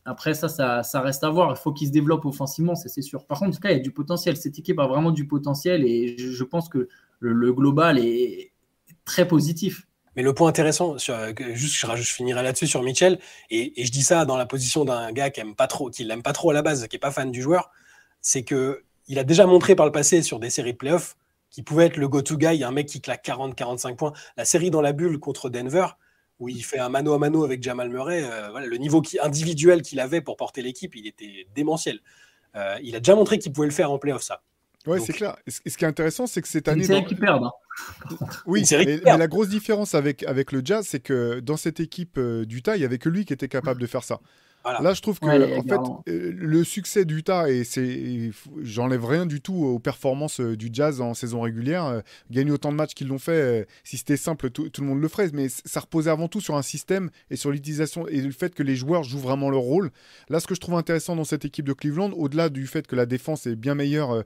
Après, ça reste à voir. Il faut qu'il se développe offensivement, c'est sûr. Par contre, en tout cas, il y a du potentiel. Cette équipe a vraiment du potentiel et je pense que le global est très positif. Mais le point intéressant, je finirai là-dessus sur Mitchell, et je dis ça dans la position d'un gars qui l'aime pas trop à la base, qui est pas fan du joueur, c'est que il a déjà montré par le passé sur des séries de playoffs qu'il pouvait être le go-to guy, un mec qui claque 40-45 points. La série dans la bulle contre Denver, où il fait un mano à mano avec Jamal Murray, voilà, le niveau individuel qu'il avait pour porter l'équipe, il était démentiel. Il a déjà montré qu'il pouvait le faire en playoff, ça. Ouais, c'est clair. Et ce qui est intéressant, c'est que cette année... C'est une série qui perd. Oui, mais la grosse différence avec le Jazz, c'est que dans cette équipe d'Utah, il n'y avait que lui qui était capable de faire ça. Voilà. Là, je trouve que le succès d'Utah, et j'enlève rien du tout aux performances du Jazz en saison régulière. Gagner autant de matchs qu'ils l'ont fait, si c'était simple, tout le monde le ferait. Mais ça reposait avant tout sur un système et sur l'utilisation et le fait que les joueurs jouent vraiment leur rôle. Là, ce que je trouve intéressant dans cette équipe de Cleveland, au-delà du fait que la défense est bien meilleure,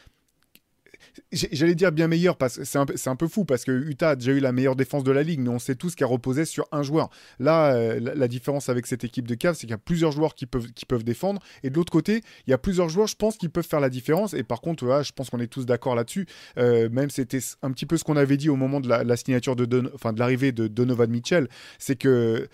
j'allais dire bien meilleur parce que c'est un peu fou parce que Utah a déjà eu la meilleure défense de la ligue, mais on sait tous qu'elle reposait sur un joueur. Là, la différence avec cette équipe de Cavs, c'est qu'il y a plusieurs joueurs qui peuvent défendre, et de l'autre côté, il y a plusieurs joueurs, je pense, qui peuvent faire la différence. Et par contre, voilà, je pense qu'on est tous d'accord là-dessus. Même c'était un petit peu ce qu'on avait dit au moment de la signature de l'arrivée de Donovan Mitchell, c'est que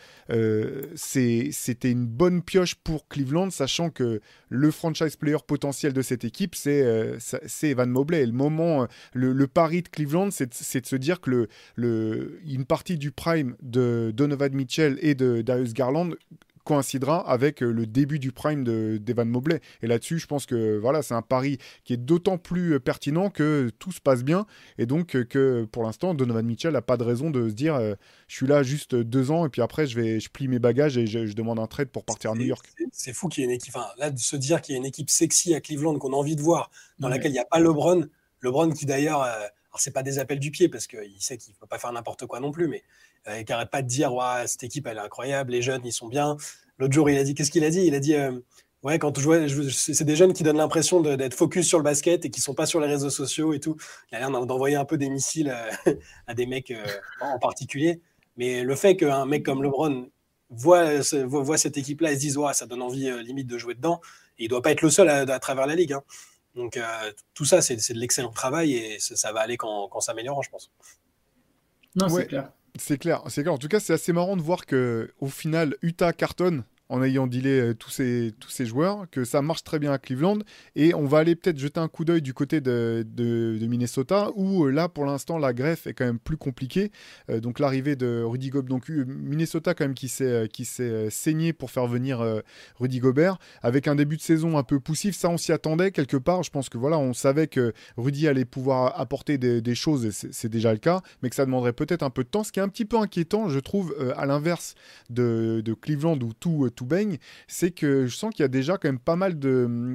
c'était une bonne pioche pour Cleveland, sachant que le franchise player potentiel de cette équipe, c'est Evan Mobley. Le pari de Cleveland, c'est de se dire que une partie du prime de Donovan Mitchell et de Darius Garland coïncidera avec le début du prime d'Evan Mobley. Et là-dessus, je pense que voilà, c'est un pari qui est d'autant plus pertinent que tout se passe bien. Et donc que pour l'instant, Donovan Mitchell n'a pas de raison de se dire je suis là juste 2 ans et puis après je plie mes bagages et je demande un trade pour partir à New York. C'est fou qu'il y ait une équipe. Là, de se dire qu'il y a une équipe sexy à Cleveland qu'on a envie de voir, dans laquelle il n'y a pas LeBron qui d'ailleurs, alors c'est pas des appels du pied parce qu'il sait qu'il ne peut pas faire n'importe quoi non plus, mais qui n'arrête pas de dire cette équipe elle est incroyable, les jeunes ils sont bien. L'autre jour il a dit, qu'est-ce qu'il a dit? Il a dit quand c'est des jeunes qui donnent l'impression d'être focus sur le basket et qui sont pas sur les réseaux sociaux et tout. Il a l'air d'envoyer un peu des missiles à des mecs en particulier, mais le fait qu'un mec comme LeBron voit cette équipe là et se dise ça donne envie limite de jouer dedans, et il doit pas être le seul à travers la ligue, hein. Donc tout ça, c'est de l'excellent travail et ça va aller qu'en s'améliorant, je pense. Non, c'est clair. C'est clair. En tout cas, c'est assez marrant de voir qu'au final, Utah cartonne en ayant dealé tous ces joueurs, que ça marche très bien à Cleveland. Et on va aller peut-être jeter un coup d'œil du côté de Minnesota, où là, pour l'instant, la greffe est quand même plus compliquée. Donc l'arrivée de Rudy Gobert, donc Minnesota quand même qui s'est saigné pour faire venir Rudy Gobert, avec un début de saison un peu poussif. Ça, on s'y attendait quelque part. Je pense que voilà, on savait que Rudy allait pouvoir apporter des choses, et c'est déjà le cas, mais que ça demanderait peut-être un peu de temps. Ce qui est un petit peu inquiétant, je trouve, à l'inverse de Cleveland, où tout baigne, c'est que je sens qu'il y a déjà quand même pas mal de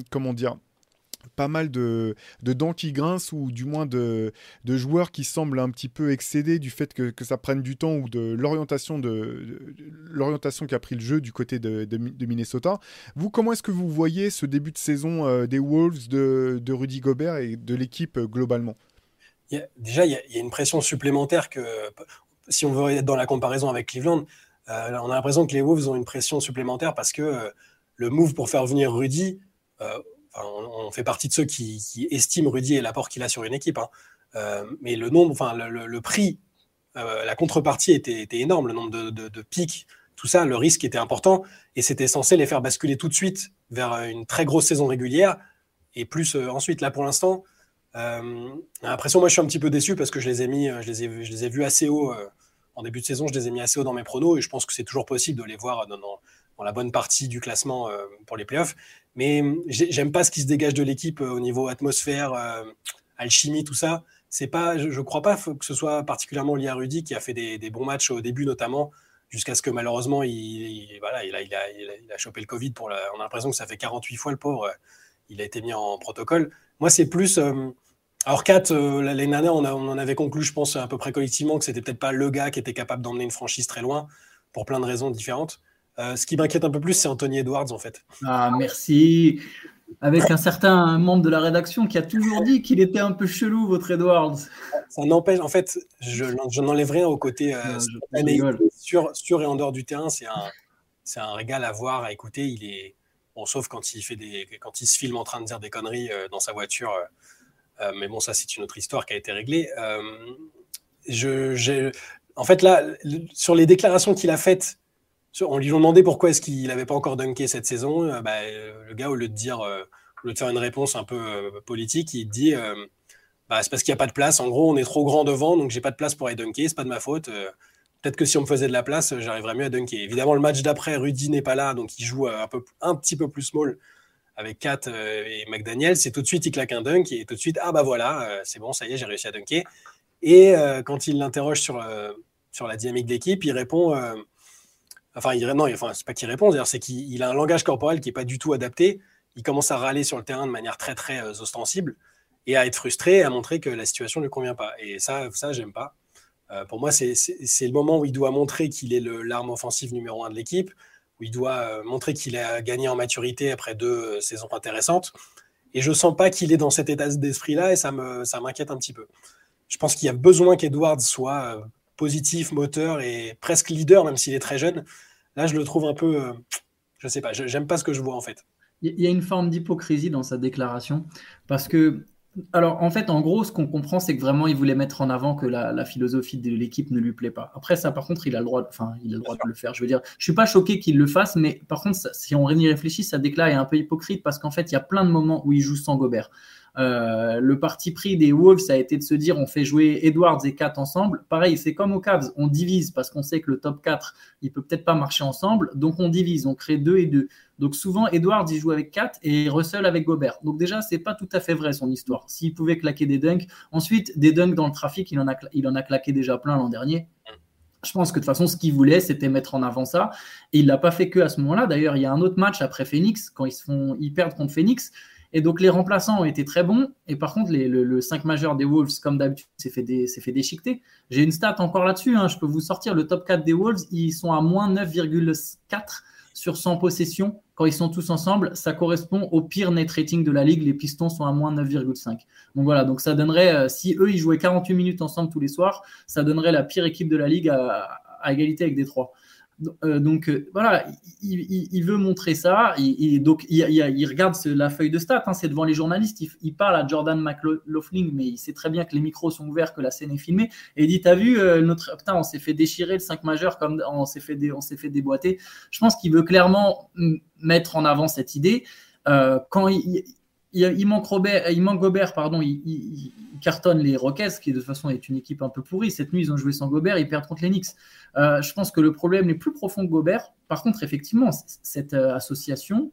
dents qui grincent, ou du moins de joueurs qui semblent un petit peu excédés du fait que ça prenne du temps, ou de l'orientation qu'a pris le jeu du côté de Minnesota. Vous, comment est-ce que vous voyez ce début de saison des Wolves, de Rudy Gobert et de l'équipe globalement? Il y a une pression supplémentaire que, si on veut être dans la comparaison avec Cleveland, on a l'impression que les Wolves ont une pression supplémentaire parce que le move pour faire venir Rudy, on fait partie de ceux qui estiment Rudy et l'apport qu'il a sur une équipe, hein. Mais le prix, la contrepartie était énorme, le nombre de pics, tout ça, le risque était important, et c'était censé les faire basculer tout de suite vers une très grosse saison régulière, et plus ensuite. Là, pour l'instant, j'ai l'impression, moi je suis un petit peu déçu parce que je les ai vus assez haut en début de saison, je les ai mis assez haut dans mes pronos, et je pense que c'est toujours possible de les voir dans la bonne partie du classement pour les playoffs. Mais j'aime pas ce qui se dégage de l'équipe au niveau atmosphère, alchimie, tout ça. C'est pas, je crois pas que ce soit particulièrement lié à Rudy, qui a fait des bons matchs au début notamment, jusqu'à ce que malheureusement il a chopé le Covid. On a l'impression que ça fait 48 fois le pauvre, il a été mis en protocole. Moi c'est plus... Alors Kat, l'année dernière, on en avait conclu, je pense, à peu près collectivement, que c'était peut-être pas le gars qui était capable d'emmener une franchise très loin, pour plein de raisons différentes. Ce qui m'inquiète un peu plus, c'est Anthony Edwards, en fait. Ah, merci. Avec un certain membre de la rédaction qui a toujours dit qu'il était un peu chelou, votre Edwards. Ça n'empêche, en fait, je n'enlève rien au côté sur et en dehors du terrain. c'est un régal à voir, à écouter. Il est bon, sauf quand il se filme en train de dire des conneries dans sa voiture. Mais bon, ça, c'est une autre histoire qui a été réglée. En fait, là, sur les déclarations qu'il a faites, on lui a demandé pourquoi est-ce qu'il n'avait pas encore dunké cette saison. Le gars, au lieu de faire une réponse un peu politique, il dit c'est parce qu'il n'y a pas de place. En gros, on est trop grand devant, donc j'ai pas de place pour aller dunker. C'est pas de ma faute. Peut-être que si on me faisait de la place, j'arriverais mieux à dunker. Évidemment, le match d'après, Rudy n'est pas là, donc il joue un petit peu plus small avec Kat et McDaniel. C'est tout de suite, il claque un dunk et tout de suite, c'est bon, ça y est, j'ai réussi à dunker. Et quand il l'interroge sur la dynamique de l'équipe, il répond. C'est pas qu'il répond, d'ailleurs, c'est qu'il a un langage corporel qui n'est pas du tout adapté. Il commence à râler sur le terrain de manière très, très ostensible et à être frustré et à montrer que la situation ne lui convient pas. Et ça j'aime pas. Pour moi, c'est le moment où il doit montrer qu'il est l'arme offensive numéro 1 de l'équipe, où il doit montrer qu'il a gagné en maturité après 2 saisons intéressantes. Et je sens pas qu'il est dans cet état d'esprit-là et ça m'inquiète un petit peu. Je pense qu'il y a besoin qu'Edwards soit positif, moteur et presque leader, même s'il est très jeune. Là, je le trouve un peu... je sais pas, j'aime pas ce que je vois en fait. Il y a une forme d'hypocrisie dans sa déclaration parce que, alors en fait, en gros, ce qu'on comprend, c'est que vraiment, il voulait mettre en avant que la philosophie de l'équipe ne lui plaît pas. Après ça, par contre, il a le droit de le faire. Je veux dire, je suis pas choqué qu'il le fasse, mais par contre, si on y réfléchit, sa décla est un peu hypocrite parce qu'en fait, il y a plein de moments où il joue sans Gobert. Le parti pris des Wolves, ça a été de se dire on fait jouer Edwards et Kat ensemble. Pareil, c'est comme aux Cavs, on divise parce qu'on sait que le top 4, il peut peut-être pas marcher ensemble, donc on divise, on crée 2 et 2. Donc souvent, Edwards, il joue avec Kat et Russell avec Gobert. Donc déjà, c'est pas tout à fait vrai son histoire. S'il pouvait claquer des dunks, ensuite, des dunks dans le trafic, il en a claqué déjà plein l'an dernier. Je pense que de toute façon, ce qu'il voulait, c'était mettre en avant ça. Et il l'a pas fait que à ce moment-là. D'ailleurs, il y a un autre match après Phoenix, quand ils perdent contre Phoenix. Et donc, les remplaçants ont été très bons. Et par contre, le 5 majeur des Wolves, comme d'habitude, s'est fait déchiqueter. J'ai une stat encore là-dessus. Je peux vous sortir. Le top 4 des Wolves, ils sont à moins 9,4 sur 100 possessions. Quand ils sont tous ensemble, ça correspond au pire net rating de la Ligue. Les Pistons sont à moins 9,5. Donc voilà, donc ça donnerait, si eux, ils jouaient 48 minutes ensemble tous les soirs, ça donnerait la pire équipe de la Ligue à égalité avec Détroit. Donc voilà, il veut montrer ça. Donc il regarde la feuille de stats, c'est devant les journalistes. Il parle à Jordan McLaughlin, mais il sait très bien que les micros sont ouverts, que la scène est filmée. Et il dit t'as vu on s'est fait déchirer le 5 majeur, comme on s'est fait déboîter. Je pense qu'il veut clairement mettre en avant cette idée. Quand il manque Gobert, il cartonne les Rockets, qui de toute façon est une équipe un peu pourrie. Cette nuit, ils ont joué sans Gobert, ils perdent contre les Knicks. Je pense que le problème est plus profond que Gobert. Par contre, effectivement, cette association,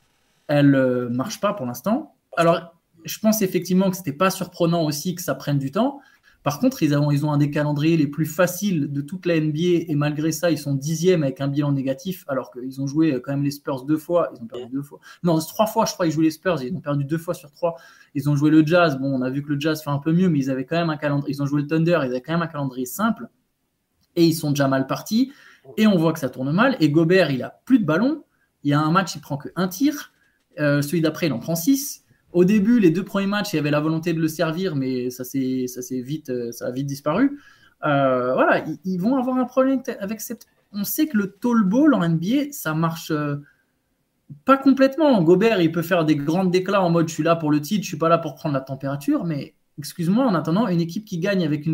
elle marche pas pour l'instant. Alors, je pense effectivement que c'était pas surprenant aussi que ça prenne du temps. Par contre, ils ont un des calendriers les plus faciles de toute la NBA et malgré ça, ils sont 10e avec un bilan négatif alors qu'ils ont joué quand même les Spurs 2 fois. Ils ont perdu 2 fois. Non, 3 fois, je crois, ils jouent les Spurs. Ils ont perdu 2 fois sur 3. Ils ont joué le Jazz. Bon, on a vu que le Jazz fait un peu mieux, mais ils avaient quand même un calendrier. Ils ont joué le Thunder. Ils avaient quand même un calendrier simple et ils sont déjà mal partis. Et on voit que ça tourne mal. Et Gobert, il a plus de ballon. Il y a un match, il prend que 1 tir. Celui d'après, il en prend 6. Au début, les 2 premiers matchs, il y avait la volonté de le servir, mais ça a vite disparu. Voilà, ils vont avoir un problème avec cette. On sait que le tall ball en NBA, ça marche pas complètement. Gobert, il peut faire des grandes déclats en mode je suis là pour le titre, je suis pas là pour prendre la température, mais excuse-moi, en attendant, une équipe qui gagne avec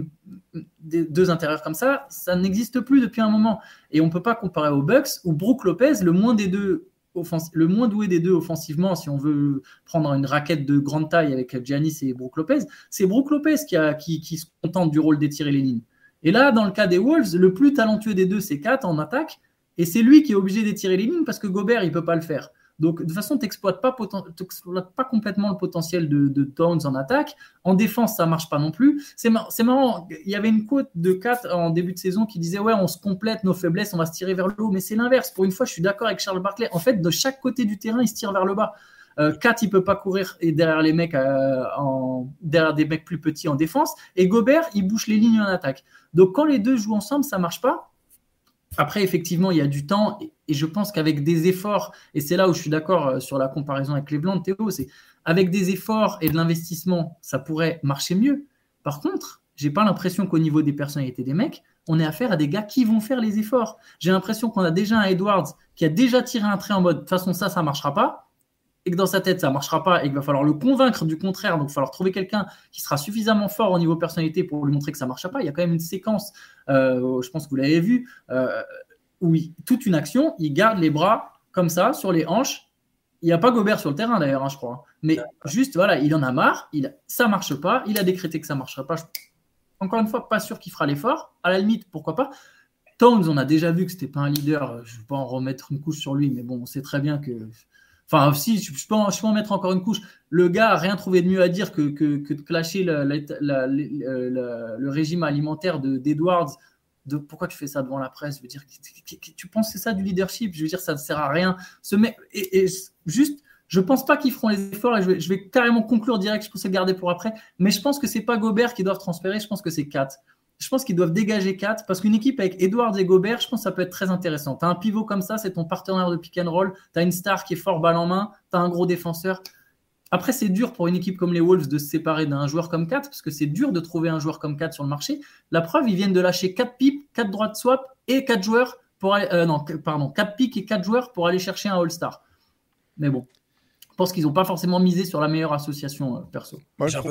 2 intérieurs comme ça n'existe plus depuis un moment. Et on peut pas comparer aux Bucks où Brook Lopez, le moins doué des deux offensivement, si on veut prendre une raquette de grande taille avec Giannis et Brook Lopez, c'est Brook Lopez qui se contente du rôle d'étirer les lignes. Et là, dans le cas des Wolves, le plus talentueux des deux, c'est Kat en attaque, et c'est lui qui est obligé d'étirer les lignes parce que Gobert, il peut pas le faire. Donc, de toute façon, tu n'exploites pas complètement le potentiel de Towns en attaque. En défense, ça ne marche pas non plus. C'est marrant. Il y avait une quote de Kat en début de saison qui disait « Ouais, on se complète nos faiblesses, on va se tirer vers le haut. » Mais c'est l'inverse. Pour une fois, je suis d'accord avec Charles Barkley. En fait, de chaque côté du terrain, il se tire vers le bas. Kat, il ne peut pas courir derrière les mecs, derrière des mecs plus petits en défense. Et Gobert, il bouche les lignes en attaque. Donc, quand les deux jouent ensemble, ça ne marche pas. Après, effectivement, il y a du temps et je pense qu'avec des efforts, et c'est là où je suis d'accord sur la comparaison avec Cleveland, Théo, c'est avec des efforts et de l'investissement, ça pourrait marcher mieux. Par contre, j'ai pas l'impression qu'au niveau des personnalités des mecs, on est affaire à des gars qui vont faire les efforts. J'ai l'impression qu'on a déjà un Edwards qui a déjà tiré un trait en mode, de toute façon, ça ne marchera pas. Et que dans sa tête, ça ne marchera pas et qu'il va falloir le convaincre du contraire. Donc, il va falloir trouver quelqu'un qui sera suffisamment fort au niveau personnalité pour lui montrer que ça ne marchera pas. Il y a quand même une séquence, je pense que vous l'avez vu, où toute une action, il garde les bras comme ça, sur les hanches. Il n'y a pas Gobert sur le terrain, d'ailleurs, hein, je crois. Mais juste, voilà, il en a marre. Ça ne marche pas. Il a décrété que ça ne marcherait pas. Encore une fois, pas sûr qu'il fera l'effort. À la limite, pourquoi pas. Towns, on a déjà vu que ce n'était pas un leader. Je ne vais pas en remettre une couche sur lui, mais bon, on sait très bien que... Enfin, si, je peux en mettre encore une couche. Le gars n'a rien trouvé de mieux à dire que de clasher le régime alimentaire d'Edwards. Pourquoi tu fais ça devant la presse? Je veux dire, tu penses que c'est ça du leadership? Je veux dire, ça ne sert à rien. Juste, je ne pense pas qu'ils feront les efforts et je vais carrément conclure direct. Je pense le garder pour après. Mais je pense que ce n'est pas Gobert qui doivent transférer. Je pense que c'est Kat. Je pense qu'ils doivent dégager 4 parce qu'une équipe avec Edwards et Gobert, je pense que ça peut être très intéressant. Tu as un pivot comme ça, c'est ton partenaire de pick and roll. Tu as une star qui est fort balle en main. Tu as un gros défenseur. Après, c'est dur pour une équipe comme les Wolves de se séparer d'un joueur comme 4 parce que c'est dur de trouver un joueur comme 4 sur le marché. La preuve, ils viennent de lâcher 4 pipes, 4 droits de swap et 4 joueurs pour aller. 4 piques et 4 joueurs pour aller chercher un All-Star. Mais bon. Je pense qu'ils n'ont pas forcément misé sur la meilleure association perso.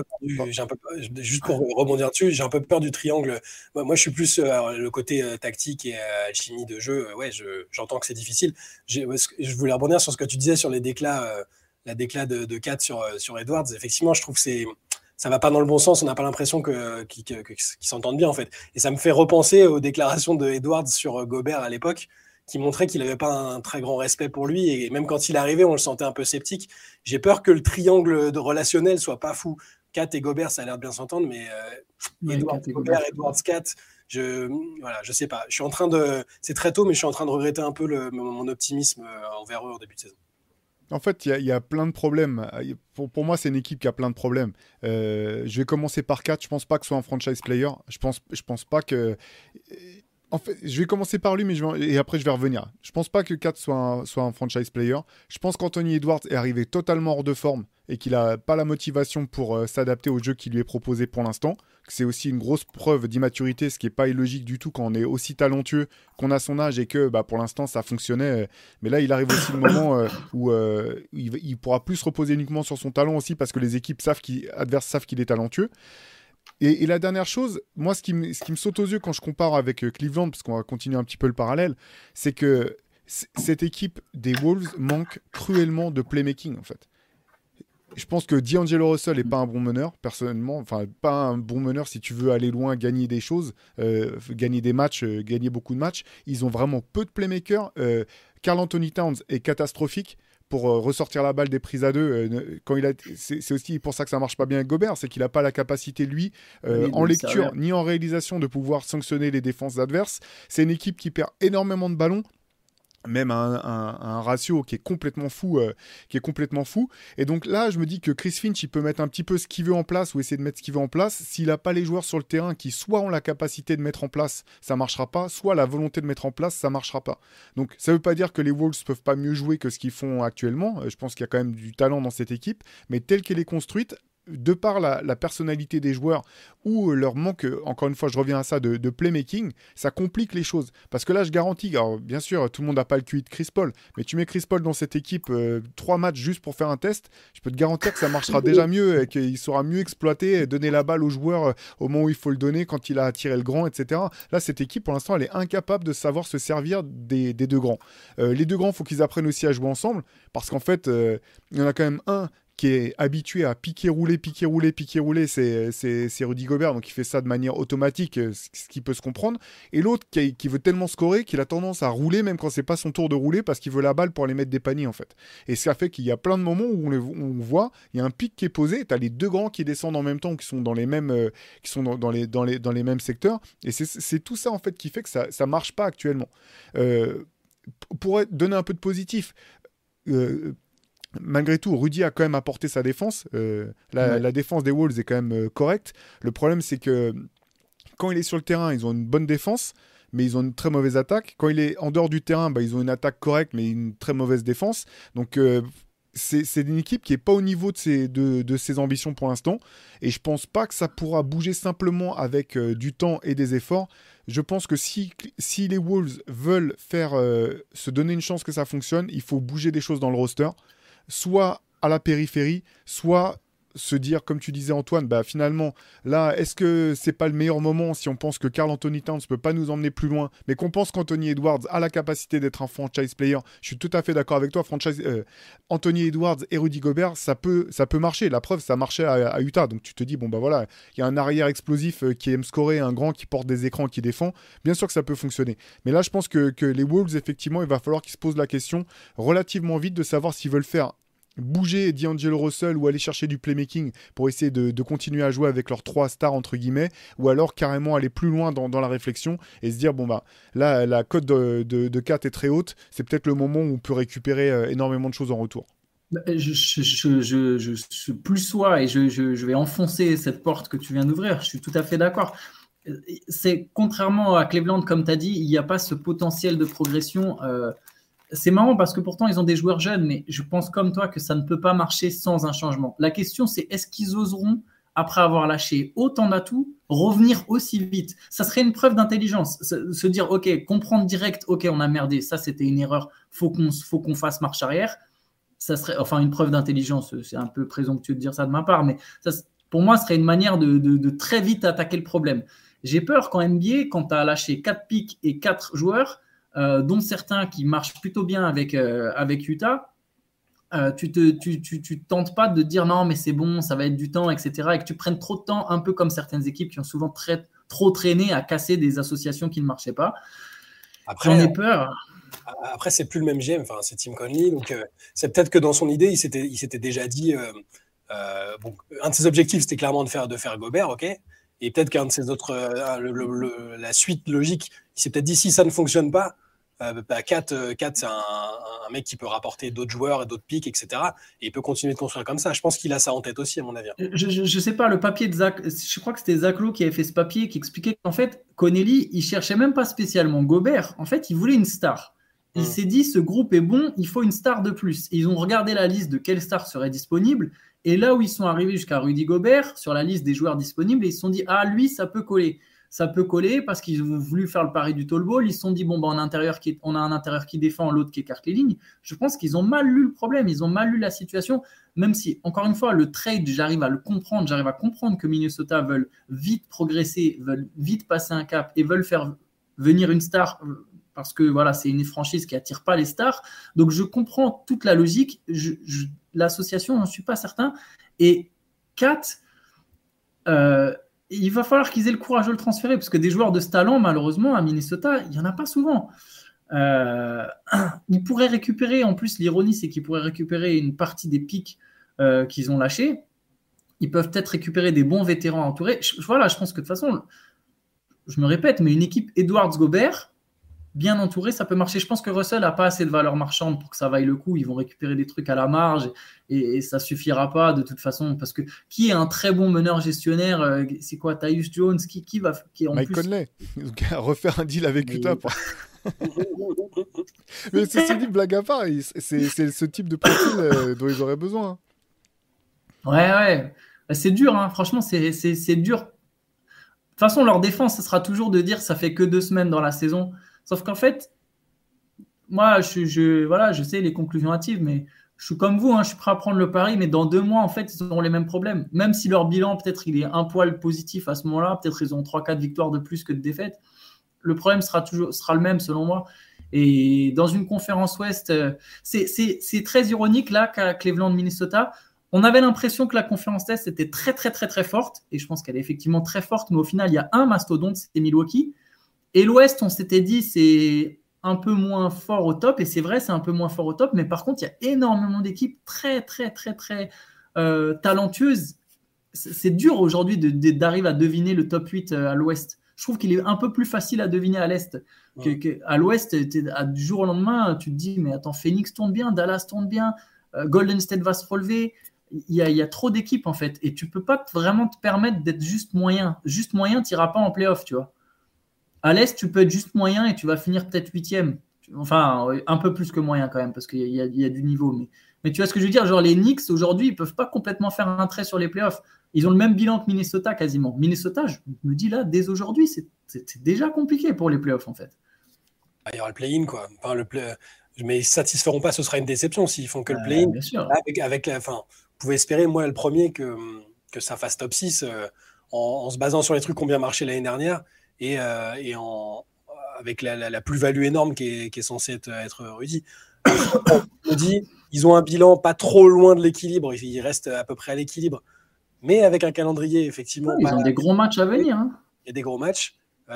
Juste pour rebondir dessus, j'ai un peu peur du triangle. Moi, je suis plus le côté tactique et alchimie de jeu. J'entends que c'est difficile. Je voulais rebondir sur ce que tu disais sur les déclats, la déclat de 4 sur Edwards. Effectivement, je trouve que ça va pas dans le bon sens. On n'a pas l'impression qu'ils s'entendent bien en fait. Et ça me fait repenser aux déclarations de Edwards sur Gobert à l'époque, qui montrait qu'il n'avait pas un très grand respect pour lui. Et même quand il est arrivé, on le sentait un peu sceptique. J'ai peur que le triangle relationnel soit pas fou. Kat et Gobert, ça a l'air de bien s'entendre, mais Edwards, Gobert, Edwards, Kat, je sais pas. Je suis en train de... C'est très tôt, mais je suis en train de regretter un peu mon optimisme envers eux au début de saison. En fait, il y a plein de problèmes. Pour moi, c'est une équipe qui a plein de problèmes. Je vais commencer par Kat. Je pense pas que ce soit un franchise player. Je pense pas que... En fait, je vais commencer par lui, et après je vais revenir. Je pense pas que Kat soit un franchise player. Je pense qu'Anthony Edwards est arrivé totalement hors de forme et qu'il n'a pas la motivation pour s'adapter au jeu qui lui est proposé pour l'instant. C'est aussi une grosse preuve d'immaturité, ce qui n'est pas illogique du tout quand on est aussi talentueux qu'on a son âge et que pour l'instant ça fonctionnait. Mais là, il arrive aussi le moment où il pourra plus se reposer uniquement sur son talent aussi parce que les équipes adverses savent qu'il est talentueux. Et la dernière chose, moi, ce qui me saute aux yeux quand je compare avec Cleveland, parce qu'on va continuer un petit peu le parallèle, c'est que cette équipe des Wolves manque cruellement de playmaking, en fait. Je pense que D'Angelo Russell n'est pas un bon meneur, personnellement. Enfin, pas un bon meneur si tu veux aller loin, gagner des choses, gagner des matchs, gagner beaucoup de matchs. Ils ont vraiment peu de playmakers. Karl Anthony Towns est catastrophique pour ressortir la balle des prises à deux. C'est aussi pour ça que ça marche pas bien avec Gobert, c'est qu'il n'a pas la capacité, lui, en lecture ni en réalisation, de pouvoir sanctionner les défenses adverses. C'est une équipe qui perd énormément de ballons, même un ratio qui est complètement fou. Et donc là, je me dis que Chris Finch, il peut mettre un petit peu ce qu'il veut en place ou essayer de mettre ce qu'il veut en place. S'il n'a pas les joueurs sur le terrain qui soit ont la capacité de mettre en place, ça ne marchera pas, soit la volonté de mettre en place, ça ne marchera pas. Donc ça ne veut pas dire que les Wolves ne peuvent pas mieux jouer que ce qu'ils font actuellement. Je pense qu'il y a quand même du talent dans cette équipe, mais telle qu'elle est construite, de par la personnalité des joueurs ou leur manque, encore une fois, je reviens à ça, de playmaking, ça complique les choses. Parce que là, je garantis, alors bien sûr, tout le monde n'a pas le QI de Chris Paul, mais tu mets Chris Paul dans cette équipe 3 matchs juste pour faire un test, je peux te garantir que ça marchera déjà mieux et qu'il saura mieux exploiter, donner la balle au joueur au moment où il faut le donner, quand il a tiré le grand, etc. Là, cette équipe, pour l'instant, elle est incapable de savoir se servir des deux grands. Les deux grands, il faut qu'ils apprennent aussi à jouer ensemble, parce qu'en fait, il y en a quand même un qui est habitué à piquer-rouler, c'est Rudy Gobert, donc il fait ça de manière automatique, ce qui peut se comprendre. Et l'autre qui veut tellement scorer qu'il a tendance à rouler, même quand c'est pas son tour de rouler, parce qu'il veut la balle pour aller mettre des paniers, en fait. Et ça fait qu'il y a plein de moments où on voit, il y a un pic qui est posé, t'as les deux grands qui descendent en même temps, qui sont dans les mêmes, dans les mêmes secteurs. Et c'est tout ça, en fait, qui fait que ça marche pas actuellement. Pour donner un peu de positif, malgré tout, Rudy a quand même apporté sa défense. La défense des Wolves est quand même correcte. Le problème, c'est que quand il est sur le terrain, ils ont une bonne défense, mais ils ont une très mauvaise attaque. Quand il est en dehors du terrain, ils ont une attaque correcte, mais une très mauvaise défense. Donc, c'est une équipe qui n'est pas au niveau de ses ambitions pour l'instant. Et je pense pas que ça pourra bouger simplement avec du temps et des efforts. Je pense que si les Wolves veulent se donner une chance que ça fonctionne, il faut bouger des choses dans le roster. Soit à la périphérie, soit se dire, comme tu disais Antoine, bah finalement, là, est-ce que c'est pas le meilleur moment si on pense que Karl Anthony Towns peut pas nous emmener plus loin, mais qu'on pense qu'Anthony Edwards a la capacité d'être un franchise player. Je suis tout à fait d'accord avec toi, Anthony Edwards et Rudy Gobert, ça peut marcher. La preuve, ça marchait à Utah. Donc tu te dis, bon bah voilà, il y a un arrière explosif qui aime scorer, un grand qui porte des écrans, qui défend. Bien sûr que ça peut fonctionner. Mais là, je pense que les Wolves, effectivement, il va falloir qu'ils se posent la question relativement vite de savoir s'ils veulent faire bouger D'Angelo Russell ou aller chercher du playmaking pour essayer de continuer à jouer avec leurs 3 stars entre guillemets, ou alors carrément aller plus loin dans la réflexion et se dire bon bah là la cote de 4 est très haute, c'est peut-être le moment où on peut récupérer énormément de choses en retour. Je suis plus soi et je vais enfoncer cette porte que tu viens d'ouvrir, je suis tout à fait d'accord. C'est contrairement à Cleveland, comme tu as dit, il n'y a pas ce potentiel de progression. C'est marrant parce que pourtant ils ont des joueurs jeunes, mais je pense comme toi que ça ne peut pas marcher sans un changement. La question c'est est-ce qu'ils oseront, après avoir lâché autant d'atouts, revenir aussi vite? Ça serait une preuve d'intelligence, se dire ok, comprendre direct, ok on a merdé, ça c'était une erreur, faut qu'on fasse marche arrière. Ça serait enfin une preuve d'intelligence, c'est un peu présomptueux de dire ça de ma part, mais ça, pour moi ce serait une manière de très vite attaquer le problème. J'ai peur qu'en NBA, quand tu as lâché 4 pics et 4 joueurs, dont certains qui marchent plutôt bien avec Utah, tu tentes pas de dire non mais c'est bon, ça va être du temps, etc. et que tu prennes trop de temps, un peu comme certaines équipes qui ont souvent trop traîné à casser des associations qui ne marchaient pas. Après, j'en ai peur. Après, c'est plus le même GM, c'est Tim Connelly, donc c'est peut-être que dans son idée, il s'était déjà dit bon, un de ses objectifs c'était clairement de faire Gobert, ok. Et peut-être qu'un de ses autres, la suite logique, il s'est peut-être dit si ça ne fonctionne pas, Kat c'est un mec qui peut rapporter d'autres joueurs et d'autres pics, etc. Et il peut continuer de construire comme ça. Je pense qu'il a ça en tête aussi, à mon avis. Je sais pas, le papier de Zach, je crois que c'était Zach Lowe qui avait fait ce papier qui expliquait qu'en fait, Connelly, il cherchait même pas spécialement Gobert. En fait, il voulait une star. Il s'est dit, ce groupe est bon, il faut une star de plus. Et ils ont regardé la liste de quelles stars seraient disponibles. Et là où ils sont arrivés jusqu'à Rudy Gobert, sur la liste des joueurs disponibles, et ils se sont dit, ah, lui, ça peut coller. Ça peut coller parce qu'ils ont voulu faire le pari du tall ball. Ils se sont dit, bon, bah, on a un intérieur qui défend, l'autre qui écarte les lignes. Je pense qu'ils ont mal lu le problème, ils ont mal lu la situation, même si, encore une fois, le trade, j'arrive à comprendre que Minnesota veulent vite progresser, veulent vite passer un cap et veulent faire venir une star parce que voilà, c'est une franchise qui attire pas les stars. Donc, je comprends toute la logique. L'association, je ne suis pas certain. Et Kat, il va falloir qu'ils aient le courage de le transférer parce que des joueurs de ce talent, malheureusement, à Minnesota, il n'y en a pas souvent. Ils pourraient récupérer, en plus, l'ironie, c'est qu'ils pourraient récupérer une partie des pics qu'ils ont lâchés. Ils peuvent peut-être récupérer des bons vétérans entourés. Voilà, je pense que de toute façon, je me répète, mais une équipe Edwards-Gobert, bien entourée, ça peut marcher. Je pense que Russell n'a pas assez de valeur marchande pour que ça vaille le coup. Ils vont récupérer des trucs à la marge et ça ne suffira pas de toute façon. Parce que qui est un très bon meneur gestionnaire? C'est quoi, Tyus Jones? Qui est en Mike plus... Conley. Refaire un deal avec Utah. Mais ceci dit, blague à part, c'est ce type de profil dont ils auraient besoin. Ouais. C'est dur, hein. Franchement, c'est dur. De toute façon, leur défense, ce sera toujours de dire ça fait que 2 semaines dans la saison. Sauf qu'en fait, moi, je sais les conclusions hâtives, mais je suis comme vous, hein, je suis prêt à prendre le pari, mais dans 2 mois, en fait, ils auront les mêmes problèmes. Même si leur bilan, peut-être, il est un poil positif à ce moment-là, peut-être ils ont 3-4 victoires de plus que de défaites. Le problème sera le même, selon moi. Et dans une conférence Ouest, c'est très ironique, là, qu'à Cleveland, Minnesota, on avait l'impression que la conférence Est était très, très, très, très forte, et je pense qu'elle est effectivement très forte, mais au final, il y a un mastodonte, c'était Milwaukee. Et l'Ouest, on s'était dit, c'est un peu moins fort au top. Et c'est vrai, c'est un peu moins fort au top. Mais par contre, il y a énormément d'équipes très, très, très, très talentueuses. C'est dur aujourd'hui d'arriver à deviner le top 8 à l'Ouest. Je trouve qu'il est un peu plus facile à deviner à l'Est qu'à l'Ouest. Du jour au lendemain, tu te dis, mais attends, Phoenix tourne bien, Dallas tourne bien, Golden State va se relever. Il y a trop d'équipes, en fait. Et tu ne peux pas vraiment te permettre d'être juste moyen. Juste moyen, tu n'iras pas en play-off, tu vois. À l'Est, tu peux être juste moyen et tu vas finir peut-être 8e. Enfin, un peu plus que moyen quand même, parce qu'il y a du niveau. Mais tu vois ce que je veux dire? Genre, les Knicks, aujourd'hui, ils peuvent pas complètement faire un trait sur les playoffs. Ils ont le même bilan que Minnesota, quasiment. Minnesota, je me dis là, dès aujourd'hui, c'est déjà compliqué pour les playoffs, en fait. Il y aura le play-in, quoi. Enfin, mais ils ne satisferont pas, ce sera une déception s'ils font que le play-in. Bien sûr. Vous pouvez espérer, moi, le premier, que ça fasse top 6 en se basant sur les trucs qui ont bien marché l'année dernière et avec la plus-value énorme qui est censée être Rudy. On dit, ils ont un bilan pas trop loin de l'équilibre, ils restent à peu près à l'équilibre, mais avec un calendrier, effectivement. Ils ont des gros matchs à venir. Hein. Il y a des gros matchs.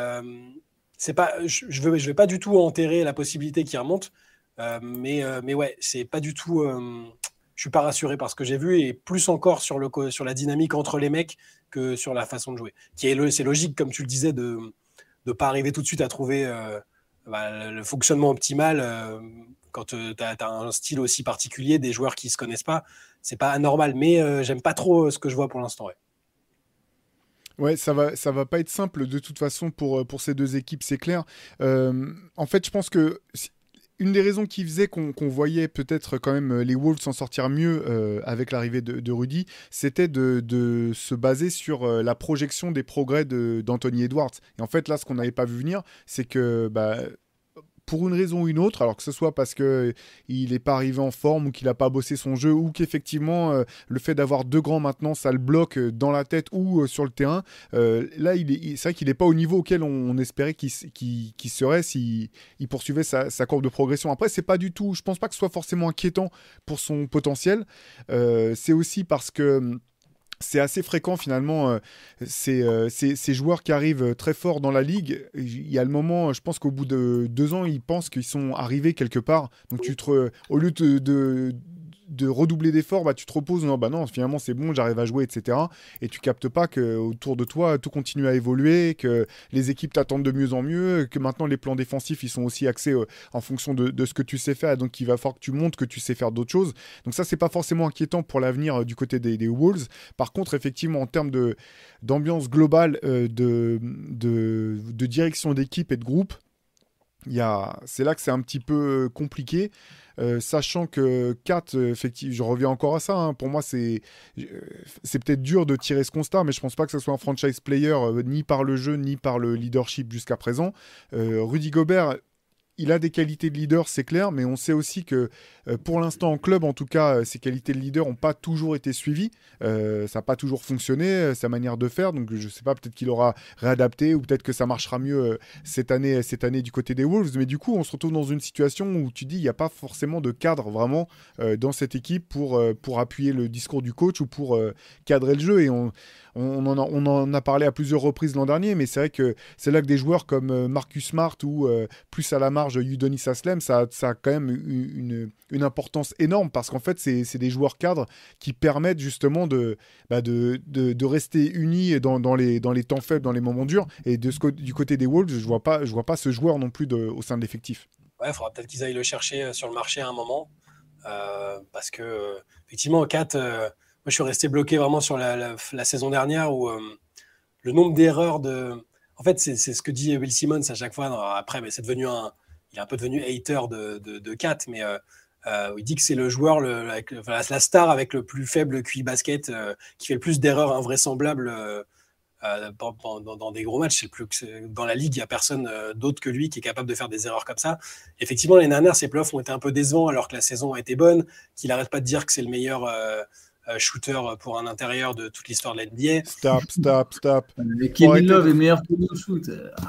Je vais pas du tout enterrer la possibilité qu'ils remontent, mais ouais, c'est pas du tout. Je suis pas rassuré par ce que j'ai vu et plus encore sur la dynamique entre les mecs que sur la façon de jouer. C'est logique, comme tu le disais, de pas arriver tout de suite à trouver le fonctionnement optimal quand tu as un style aussi particulier, des joueurs qui se connaissent pas. C'est pas anormal, mais j'aime pas trop ce que je vois pour l'instant. Ouais. Ouais, ça va pas être simple de toute façon pour ces deux équipes, c'est clair. En fait, je pense que une des raisons qui faisait qu'on voyait peut-être quand même les Wolves s'en sortir mieux avec l'arrivée de Rudy, c'était de se baser sur la projection des progrès d'Anthony Edwards. Et en fait, là, ce qu'on n'avait pas vu venir, c'est que pour une raison ou une autre, alors que ce soit parce qu'il n'est pas arrivé en forme ou qu'il n'a pas bossé son jeu ou qu'effectivement le fait d'avoir deux grands maintenant, ça le bloque dans la tête ou sur le terrain, là c'est vrai qu'il n'est pas au niveau auquel on espérait qu'il serait s'il poursuivait sa courbe de progression. Après, c'est pas du tout, je pense pas que ce soit forcément inquiétant pour son potentiel. C'est aussi parce que c'est assez fréquent finalement, ces joueurs qui arrivent très fort dans la ligue. Il y a le moment, je pense qu'au bout de 2 ans, ils pensent qu'ils sont arrivés quelque part. Donc au lieu de redoubler d'efforts, tu te reposes, non, finalement c'est bon, j'arrive à jouer, etc. Et tu captes pas qu'autour de toi, tout continue à évoluer, que les équipes t'attendent de mieux en mieux, que maintenant les plans défensifs, ils sont aussi axés en fonction de ce que tu sais faire, donc il va falloir que tu montres que tu sais faire d'autres choses. Donc ça, c'est pas forcément inquiétant pour l'avenir du côté des Wolves. Par contre, effectivement, en termes d'ambiance globale, de direction d'équipe et de groupe, c'est là que c'est un petit peu compliqué. Sachant que Kat, effectivement, je reviens encore à ça, hein, pour moi c'est peut-être dur de tirer ce constat, mais je pense pas que ce soit un franchise player ni par le jeu ni par le leadership jusqu'à présent. Rudy Gobert, il a des qualités de leader, c'est clair, mais on sait aussi que pour l'instant en club, en tout cas, ses qualités de leader n'ont pas toujours été suivies. Ça n'a pas toujours fonctionné, sa manière de faire. Donc je ne sais pas, peut-être qu'il aura réadapté ou peut-être que ça marchera mieux cette année du côté des Wolves. Mais du coup, on se retrouve dans une situation où tu dis il n'y a pas forcément de cadre vraiment dans cette équipe pour appuyer le discours du coach ou pour cadrer le jeu. Et on en a parlé à plusieurs reprises l'an dernier, mais c'est vrai que c'est là que des joueurs comme Marcus Smart ou plus à la marge Udonis Haslem, ça a quand même une importance énorme parce qu'en fait, c'est des joueurs cadres qui permettent justement de rester unis dans les temps faibles, dans les moments durs. Et du côté des Wolves, je vois pas ce joueur non plus au sein de l'effectif. Ouais, il faudra peut-être qu'ils aillent le chercher sur le marché à un moment parce que effectivement, Kat. Moi, je suis resté bloqué vraiment sur la saison dernière où le nombre d'erreurs En fait, c'est ce que dit Bill Simmons à chaque fois. Après, mais c'est devenu il est un peu devenu hater de Kat, mais il dit que c'est le joueur, la star avec le plus faible QI basket, qui fait le plus d'erreurs invraisemblables dans des gros matchs. Dans la ligue, il n'y a personne d'autre que lui qui est capable de faire des erreurs comme ça. Effectivement, l'année dernière, ses playoffs ont été un peu décevants alors que la saison a été bonne, qu'il n'arrête pas de dire que c'est le meilleur shooter pour un intérieur de toute l'histoire de la NBA. Stop. Mais Kevin Love est meilleur que nous au shoot.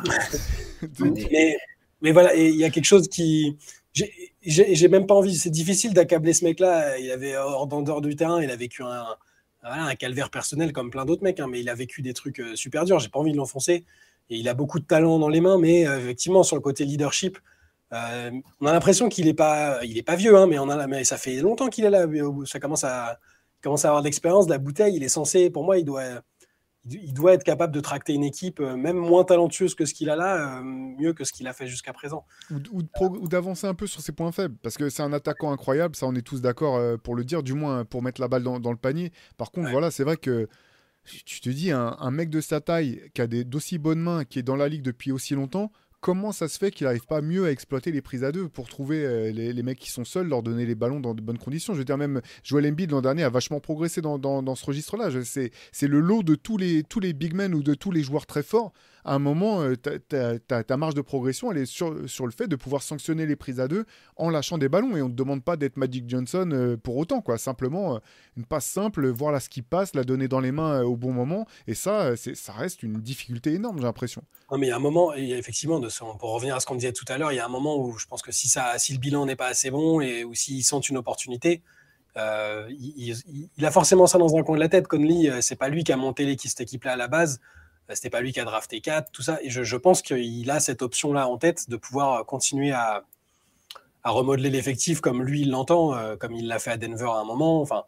mais voilà, il y a quelque chose qui... J'ai même pas envie, c'est difficile d'accabler ce mec-là. Il avait, hors dehors du terrain, il a vécu un calvaire personnel comme plein d'autres mecs, mais il a vécu des trucs super durs. J'ai pas envie de l'enfoncer. Et il a beaucoup de talent dans les mains, mais effectivement, sur le côté leadership, on a l'impression qu'il est pas vieux, mais ça fait longtemps qu'il est là. Ça commence à avoir de l'expérience, de la bouteille. Il est censé, pour moi, il doit être capable de tracter une équipe, même moins talentueuse que ce qu'il a là, mieux que ce qu'il a fait jusqu'à présent. Ou d'avancer un peu sur ses points faibles, parce que c'est un attaquant incroyable, ça on est tous d'accord pour le dire, du moins pour mettre la balle dans le panier. Par contre, voilà, c'est vrai que tu te dis, un mec de sa taille, qui a d'aussi bonnes mains, qui est dans la ligue depuis aussi longtemps, comment ça se fait qu'il n'arrive pas mieux à exploiter les prises à deux pour trouver les mecs qui sont seuls, leur donner les ballons dans de bonnes conditions. Je veux dire, même Joel Embiid l'an dernier a vachement progressé dans ce registre-là. C'est le lot de tous les big men ou de tous les joueurs très forts. À un moment, ta marge de progression, elle est sur le fait de pouvoir sanctionner les prises à deux en lâchant des ballons. Et on ne te demande pas d'être Magic Johnson pour autant, quoi. Simplement, une passe simple, voir là ce qui passe, la donner dans les mains au bon moment. Et ça reste une difficulté énorme, j'ai l'impression. Non, mais il y a un moment, et effectivement, pour revenir à ce qu'on disait tout à l'heure, il y a un moment où je pense que si le bilan n'est pas assez bon ou s'ils sentent une opportunité, il a forcément ça dans un coin de la tête. Conley, c'est pas lui qui a monté cette équipe-là à la base. C'était pas lui qui a drafté 4, tout ça. Et je pense qu'il a cette option-là en tête de pouvoir continuer à remodeler l'effectif comme lui il l'entend, comme il l'a fait à Denver à un moment. Enfin,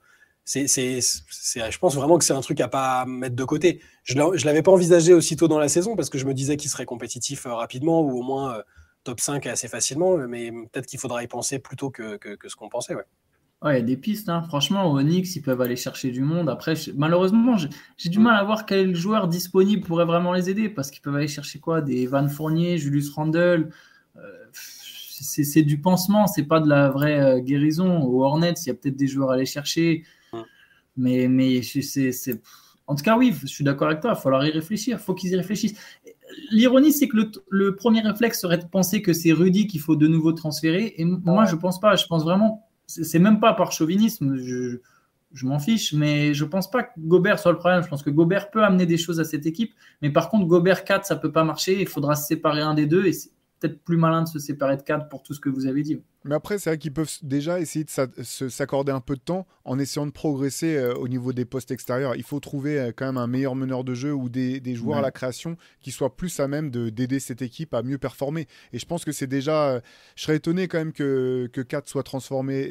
je pense vraiment que c'est un truc à pas mettre de côté. Je l'avais pas envisagé aussitôt dans la saison parce que je me disais qu'il serait compétitif rapidement ou au moins top 5 assez facilement. Mais peut-être qu'il faudra y penser plutôt que ce qu'on pensait. Ouais. Ouais, il y a des pistes, hein. Franchement, au Knicks, ils peuvent aller chercher du monde. Après, malheureusement, j'ai du mal à voir quel joueur disponible pourrait vraiment les aider parce qu'ils peuvent aller chercher quoi? Des Evan Fournier, Julius Randle. C'est du pansement, c'est pas de la vraie guérison. Aux Hornets, il y a peut-être des joueurs à aller chercher. Mais en tout cas, oui, je suis d'accord avec toi. Il va falloir y réfléchir. Il faut qu'ils y réfléchissent. L'ironie, c'est que le premier réflexe serait de penser que c'est Rudy qu'il faut de nouveau transférer. Et moi, je pense pas. Je pense vraiment. C'est même pas par chauvinisme, je m'en fiche, mais je pense pas que Gobert soit le problème. Je pense que Gobert peut amener des choses à cette équipe, mais par contre, Gobert 4, ça peut pas marcher. Il faudra se séparer un des deux et c'est peut-être plus malin de se séparer de 4 pour tout ce que vous avez dit. Mais après, c'est vrai qu'ils peuvent déjà essayer de s'accorder un peu de temps en essayant de progresser au niveau des postes extérieurs. Il faut trouver quand même un meilleur meneur de jeu ou des joueurs à la création qui soient plus à même d'aider cette équipe à mieux performer. Et je pense que c'est déjà... je serais étonné quand même que 4 soit transformé.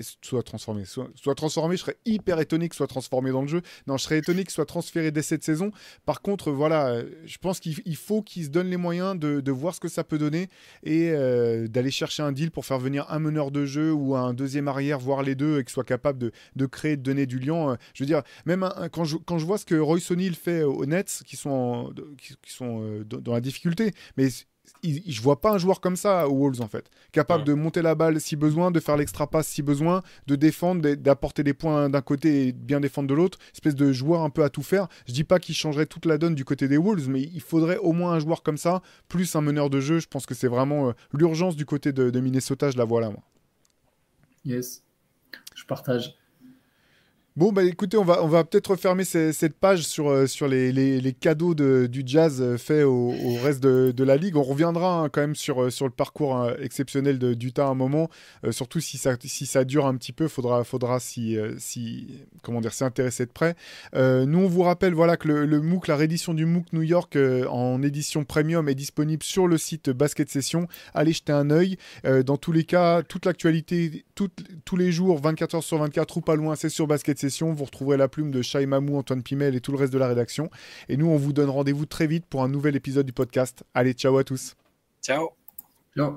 Je serais hyper étonné qu'il soit transformé dans le jeu. Non, je serais étonné qu'il soit transféré dès cette saison. Par contre, voilà, je pense qu'il faut qu'il se donne les moyens de voir ce que ça peut donner et d'aller chercher un deal pour faire venir un meneur de jeu ou un deuxième arrière, voire les deux, et qu'il soit capable de créer, de donner du liant. Je veux dire, même quand je vois ce que Royce O'Neal fait aux Nets, qui sont dans la difficulté, mais je vois pas un joueur comme ça aux Wolves en fait, capable de monter la balle si besoin, de faire l'extra passe si besoin, de défendre, d'apporter des points d'un côté et de bien défendre de l'autre, espèce de joueur un peu à tout faire. Je dis pas qu'il changerait toute la donne du côté des Wolves, mais il faudrait au moins un joueur comme ça, plus un meneur de jeu. Je pense que c'est vraiment l'urgence du côté de Minnesota, je la vois là moi. Yes, je partage. Bon, bah écoutez, on va peut-être refermer cette page sur les cadeaux du Jazz faits au reste de la Ligue. On reviendra quand même sur le parcours exceptionnel d'Utah à un moment, surtout si ça dure un petit peu, faudra s'y intéresser de près. Nous, on vous rappelle voilà, que le MOOC, la réédition du MOOC New York en édition premium est disponible sur le site Basket Session. Allez jeter un œil. Dans tous les cas, toute l'actualité, tous les jours, 24 heures sur 24 ou pas loin, c'est sur Basket Session. Vous retrouverez la plume de Shai Mamou, Antoine Pimel et tout le reste de la rédaction. Et nous, on vous donne rendez-vous très vite pour un nouvel épisode du podcast. Allez, ciao à tous. Ciao. Ciao.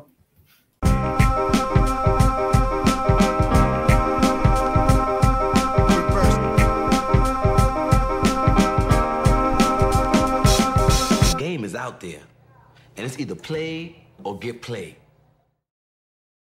The game is out there, and it's either play or get played.